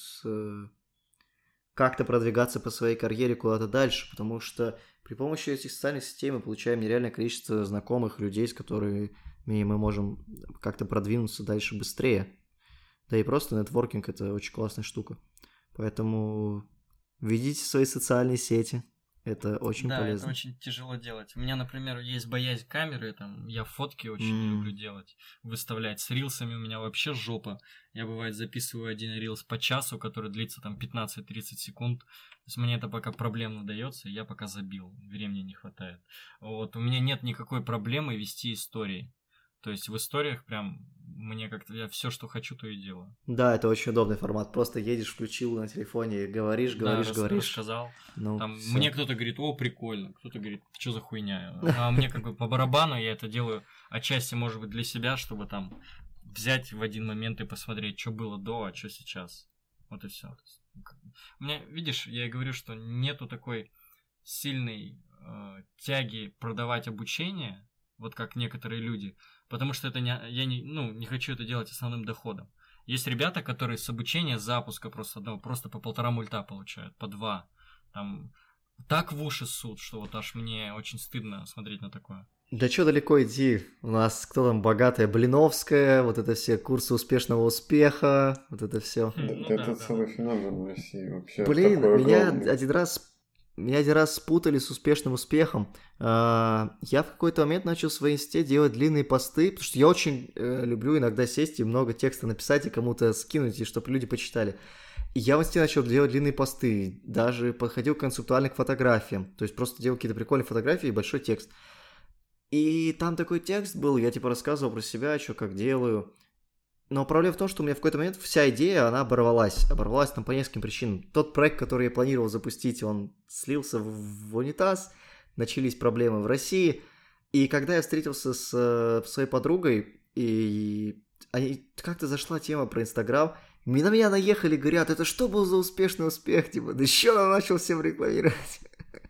как-то продвигаться по своей карьере куда-то дальше, потому что при помощи этих социальных сетей мы получаем нереальное количество знакомых людей, с которыми мы можем как-то продвинуться дальше быстрее. Да и просто нетворкинг – это очень классная штука. Поэтому ведите свои социальные сети. Это очень полезно. Да, это очень тяжело делать. У меня, например, есть боязнь камеры, там, я фотки очень не люблю делать, выставлять. С рилсами у меня вообще жопа. Я, бывает, записываю один рилс по часу, который длится там 15-30 секунд. То есть мне это пока проблемно дается, я пока забил, времени не хватает. Вот, у меня нет никакой проблемы вести истории. То есть в историях прям мне как-то я все, что хочу, то и делаю. Да, это очень удобный формат. Просто едешь, включил на телефоне, говоришь. Рассказал. Ну, там, мне кто-то говорит, о, прикольно, кто-то говорит, что за хуйня. А мне как бы по барабану я это делаю отчасти, может быть, для себя, чтобы там взять в один момент и посмотреть, что было до, а что сейчас. Вот и все. У меня, видишь, я и говорю, что нету такой сильной тяги продавать обучение, вот как некоторые люди, потому что это я не хочу это делать основным доходом. Есть ребята, которые с обучения, с запуска просто по 1,5 мульта получают, по 2. Там так в уши ссут, что вот аж мне очень стыдно смотреть на такое. Да что далеко идти? У нас кто там богатая Блиновская, вот это все курсы успешного успеха, вот это все. Это целый феномен в России вообще. Блин, меня один раз спутали с успешным успехом. Я в какой-то момент начал в своей инсте делать длинные посты, потому что я очень люблю иногда сесть и много текста написать и кому-то скинуть, и чтобы люди почитали. И я в инсте начал делать длинные посты, даже подходил концептуально к фотографиям, то есть просто делал какие-то прикольные фотографии и большой текст. И там такой текст был, я типа рассказывал про себя, что как делаю. Но проблема в том, что у меня в какой-то момент вся идея, она оборвалась. Оборвалась там по нескольким причинам. Тот проект, который я планировал запустить, он слился в унитаз, начались проблемы в России. И когда я встретился с своей подругой, и как-то зашла тема про Инстаграм, на меня наехали, говорят, это что был за успешный успех? Типа, да еще он начал всем рекламировать.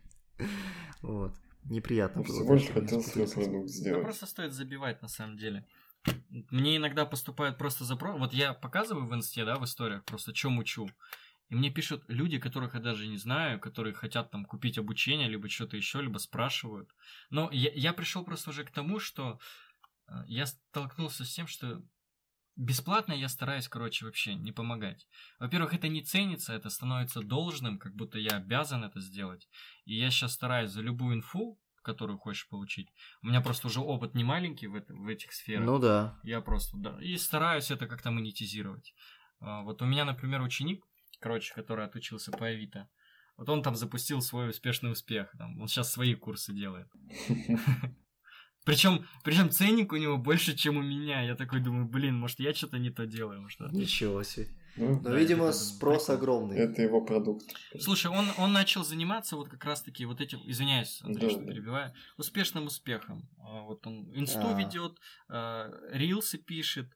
Вот. Неприятно было. Всего лишь хотел свой продукт сделать. Да просто стоит забивать, на самом деле. Мне иногда поступают просто запросы. Вот я показываю в инсте, да, в историях, просто что мучу. И мне пишут люди, которых я даже не знаю, которые хотят там купить обучение, либо что-то еще, либо спрашивают. Но я пришел просто уже к тому, что я столкнулся с тем, что бесплатно я стараюсь, вообще не помогать. Во-первых, это не ценится, это становится должным, как будто я обязан это сделать. И я сейчас стараюсь за любую инфу, которую хочешь получить. У меня просто уже опыт не маленький в этих сферах. Ну да. Я просто, да. И стараюсь это как-то монетизировать. Вот у меня, например, ученик, который отучился по Авито, вот он там запустил свой успешный успех. Он сейчас свои курсы делает. Причем ценник у него больше, чем у меня. Я такой думаю, блин, может, я что-то не то делаю, может. Ничего себе. Ну, Но, Да, видимо, я такой думаю, спрос прикольно. огромный. это его продукт. Слушай, он начал заниматься вот как раз-таки вот этим, извиняюсь, Андрей, Да, что да. перебиваю, успешным успехом. Вот он инсту А. ведет, рилсы пишет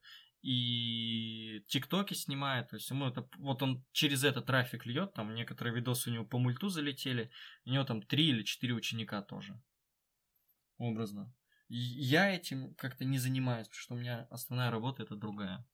и тиктоки снимает. То есть ему это, вот он через это трафик льет, там некоторые видосы у него по мульту залетели, у него там 3 или 4 ученика тоже. Образно. И я этим как-то не занимаюсь, потому что у меня основная работа это другая.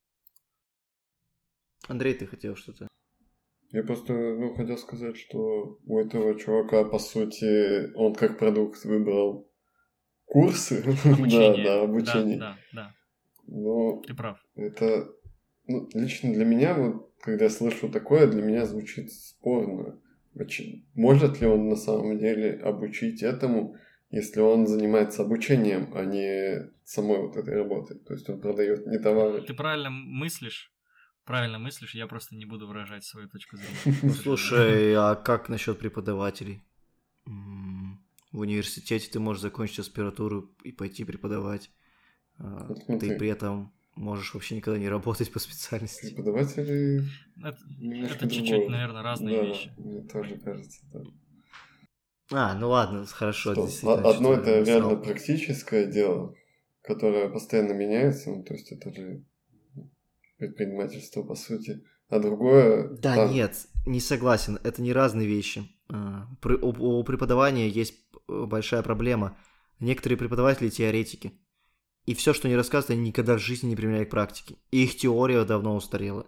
Андрей, ты хотел что-то? Я просто, хотел сказать, что у этого чувака, по сути, он как продукт выбрал курсы. Обучение. Да, обучение. Да. Но Ты прав. это, лично для меня, вот, когда я слышу такое, для меня звучит спорно. Может ли он на самом деле обучить этому, если он занимается обучением, а не самой вот этой работой? То есть он продает не товары. Ты правильно мыслишь, я просто не буду выражать свою точку зрения. Ну, слушай, а как насчет преподавателей? В университете ты можешь закончить аспиратуру и пойти преподавать. Ты при этом можешь вообще никогда не работать по специальности. Преподаватели Это чуть-чуть, наверное, разные вещи. Мне тоже кажется, да. Ну ладно, хорошо. Что, действительно, одно что-то это насрал. реально практическое дело, которое постоянно меняется, то есть это же предпринимательство, по сути. А другое... Да, там, нет, не согласен. Это не разные вещи. У преподавания есть большая проблема. Некоторые преподаватели теоретики. И все, что они рассказывают, они никогда в жизни не применяют к практике. И их теория давно устарела.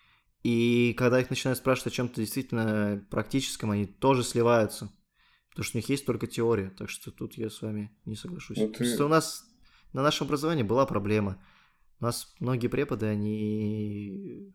И когда их начинают спрашивать о чем-то действительно практическом, они тоже сливаются. Потому что у них есть только теория. Так что тут я с вами не соглашусь. Просто у нас на нашем образовании была проблема. У нас многие преподы, они...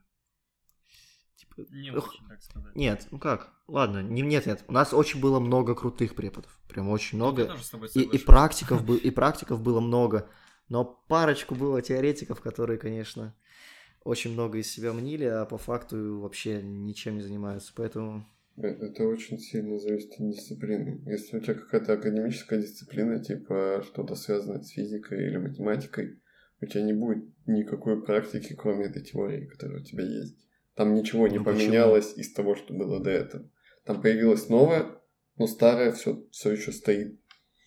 Не очень, так сказать. Нет, ладно, нет. У нас очень было много крутых преподов. Прям очень много. Я тоже с тобой И соглашусь. практиков было много. Но парочку было теоретиков, которые, конечно, очень много из себя мнили, а по факту вообще ничем не занимаются. Поэтому... Это очень сильно зависит от дисциплины. Если у тебя какая-то академическая дисциплина, типа что-то связанное с физикой или математикой, у тебя не будет никакой практики, кроме этой теории, которая у тебя есть. Там ничего не поменялось из того, что было до этого. Там появилось новое, но старое все еще стоит.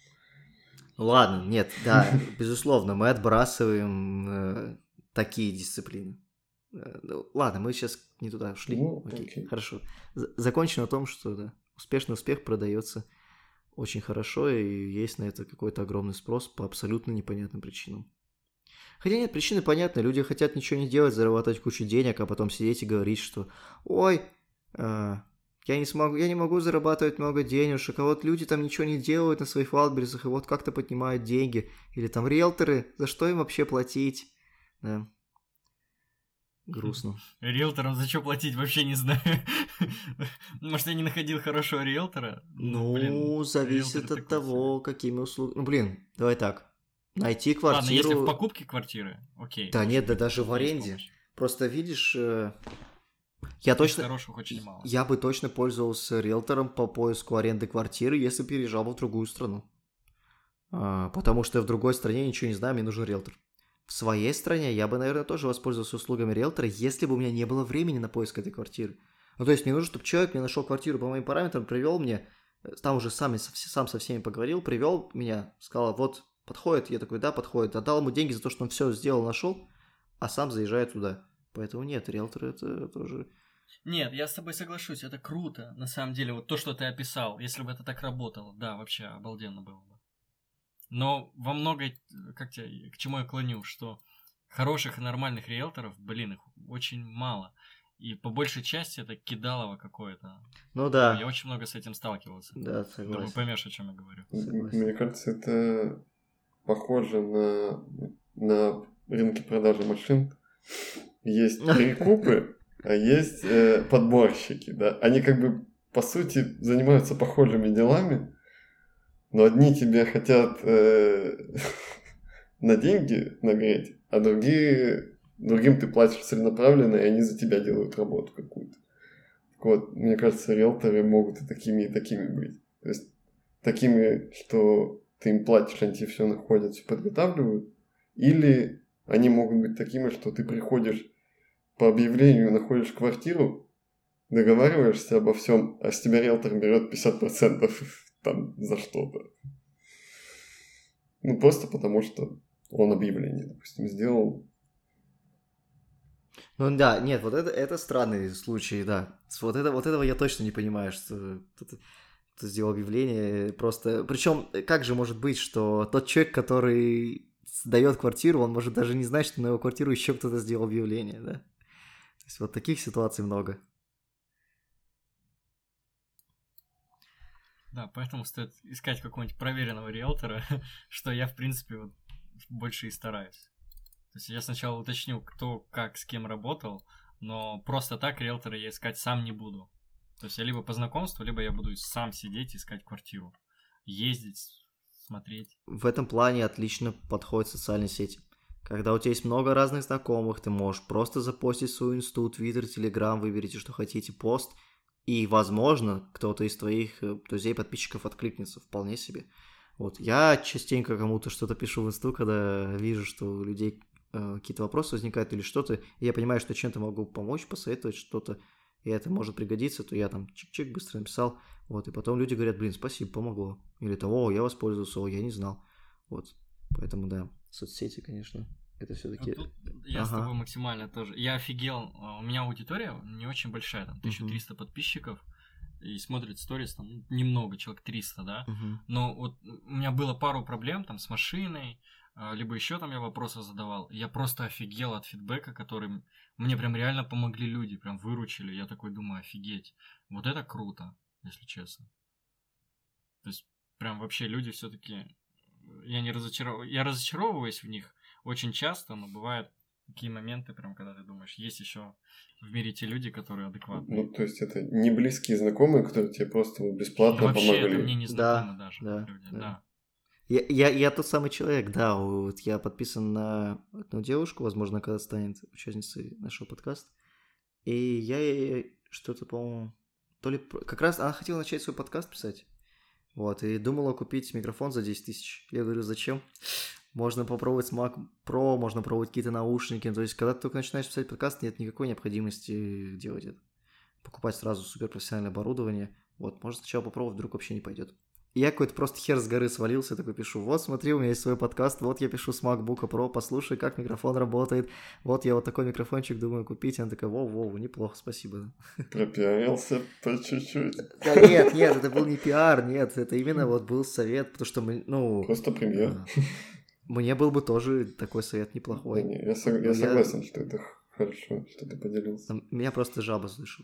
Ладно, нет, да, безусловно, мы отбрасываем такие дисциплины. Ладно, мы сейчас не туда ушли. Окей. Хорошо. Закончим на том, что да, успешный успех продается очень хорошо, и есть на это какой-то огромный спрос по абсолютно непонятным причинам. Хотя нет, причины понятны. Люди хотят ничего не делать, зарабатывать кучу денег, а потом сидеть и говорить, что «Ой, я не могу зарабатывать много денежек, а вот люди там ничего не делают на своих валберсах, и вот как-то поднимают деньги». Или там риэлторы, за что им вообще платить? Да. Грустно. Риэлторам за что платить, вообще не знаю. Может, я не находил хорошего риэлтора? Зависит от того, какими услугами. Давай так. Найти квартиру... Ладно, если в покупке квартиры, окей. Да нет, да даже в аренде. Просто видишь... Я бы точно пользовался риэлтором по поиску аренды квартиры, если переезжал бы в другую страну. Потому что в другой стране ничего не знаю, мне нужен риэлтор. В своей стране я бы, наверное, тоже воспользовался услугами риэлтора, если бы у меня не было времени на поиск этой квартиры. То есть мне нужно, чтобы человек мне нашел квартиру по моим параметрам, привел мне, там уже сам со всеми поговорил, привел меня, сказал, вот, подходит, я такой, да, подходит, отдал ему деньги за то, что он все сделал, нашел, а сам заезжает туда. Поэтому нет, риэлтор это тоже... Нет, я с тобой соглашусь, это круто, на самом деле, вот то, что ты описал, если бы это так работало, да, вообще обалденно было бы. Но во многое, к чему я клоню, что хороших и нормальных риэлторов, их очень мало. И по большей части это кидалово какое-то. Ну да. Я очень много с этим сталкивался. Да, согласен. Думаю, поймешь, о чем я говорю. Согласен. Мне кажется, это похоже на рынке продажи машин. Есть перекупы, а есть подборщики, да. Они как бы, по сути, занимаются похожими делами, но одни тебе хотят на деньги нагреть, а другим ты платишь целенаправленно, и они за тебя делают работу какую-то. Так вот, мне кажется, риэлторы могут и такими быть. То есть такими, что ты им платишь, они тебе все находят, все подготавливают, или они могут быть такими, что ты приходишь по объявлению, находишь квартиру, договариваешься обо всем, а с тебя риэлтор берет 50% там за что-то. Ну, просто потому что он объявление, допустим, сделал. Ну да, нет, вот это странный случай, да. Вот этого я точно не понимаю, что кто сделал объявление, просто... Причем, как же может быть, что тот человек, который сдает квартиру, он может даже не знать, что на его квартиру еще кто-то сделал объявление, да? То есть вот таких ситуаций много. Да, поэтому стоит искать какого-нибудь проверенного риэлтора, что я, в принципе, вот больше и стараюсь. То есть я сначала уточню, кто как с кем работал, но просто так риэлтора я искать сам не буду. То есть я либо по знакомству, либо я буду сам сидеть, искать квартиру, ездить, смотреть. В этом плане отлично подходят социальные сети. Когда у тебя есть много разных знакомых, ты можешь просто запостить свою инсту, твиттер, телеграм, выберите, что хотите, пост, и, возможно, кто-то из твоих друзей, подписчиков откликнется вполне себе. Вот, я частенько кому-то что-то пишу в инсту, когда вижу, что у людей какие-то вопросы возникают или что-то, и я понимаю, что чем-то могу помочь, посоветовать что-то, и это может пригодиться, то я там чик-чик быстро написал, вот, и потом люди говорят, блин, спасибо, помогло. Или того, я воспользовался, я не знал. Вот, поэтому, да, соцсети, конечно, это все-таки... Вот тут я с тобой максимально тоже. Я офигел, у меня аудитория не очень большая, там 1300 подписчиков, и смотрит сторис там немного, человек 300, да, но вот у меня было пару проблем там с машиной, либо еще там я вопросы задавал, я просто офигел от фидбэка, который мне прям реально помогли люди, прям выручили, я такой думаю, офигеть, вот это круто, если честно. То есть прям вообще люди все-таки, я разочаровываюсь в них очень часто, но бывают такие моменты, прям когда ты думаешь, есть еще в мире те люди, которые адекватные. Ну, то есть это не близкие знакомые, которые тебе просто бесплатно вообще, помогли. Вообще, это мне не знакомы да, даже да, люди, да. да. Я тот самый человек, да, вот я подписан на одну девушку, возможно, когда станет участницей нашего подкаста, и я ей что-то, по-моему, то ли... Как раз она хотела начать свой подкаст писать, вот, и думала купить микрофон за 10 тысяч. Я говорю, зачем? Можно попробовать Mac Pro, можно пробовать какие-то наушники, то есть, когда ты только начинаешь писать подкаст, нет никакой необходимости делать это. Покупать сразу суперпрофессиональное оборудование, вот, можно сначала попробовать, вдруг вообще не пойдет. И я какой-то просто хер с горы свалился, такой пишу, вот смотри, у меня есть свой подкаст, вот я пишу с MacBook Pro, послушай, как микрофон работает, вот я вот такой микрофончик думаю купить, и она такая, воу, неплохо, спасибо. Пропиарился по чуть-чуть. Да нет, это был не пиар, нет, это именно вот был совет, потому что мы, Просто пример. Мне был бы тоже такой совет неплохой. Я согласен, что это хорошо, что ты поделился. Меня просто жаба слышал.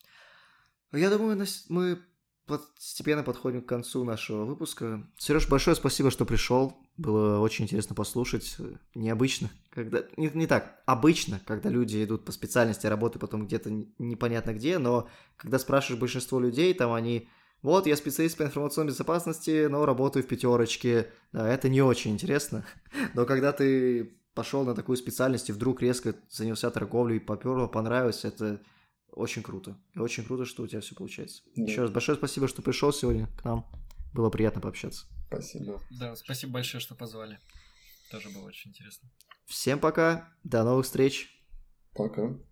Я думаю, мы постепенно подходим к концу нашего выпуска. Сереж, большое спасибо, что пришел. Было очень интересно послушать. Необычно, когда... Не так, обычно, когда люди идут по специальности, работают потом где-то непонятно где, но когда спрашиваешь большинство людей, там они... Вот, я специалист по информационной безопасности, но работаю в 5. Да, это не очень интересно. Но когда ты пошел на такую специальность и вдруг резко занялся торговлей, поперло, понравилось, это очень круто. И очень круто, что у тебя все получается. Да. Еще раз большое спасибо, что пришел сегодня к нам. Было приятно пообщаться. Спасибо. Да, спасибо большое, что позвали. Тоже было очень интересно. Всем пока. До новых встреч. Пока.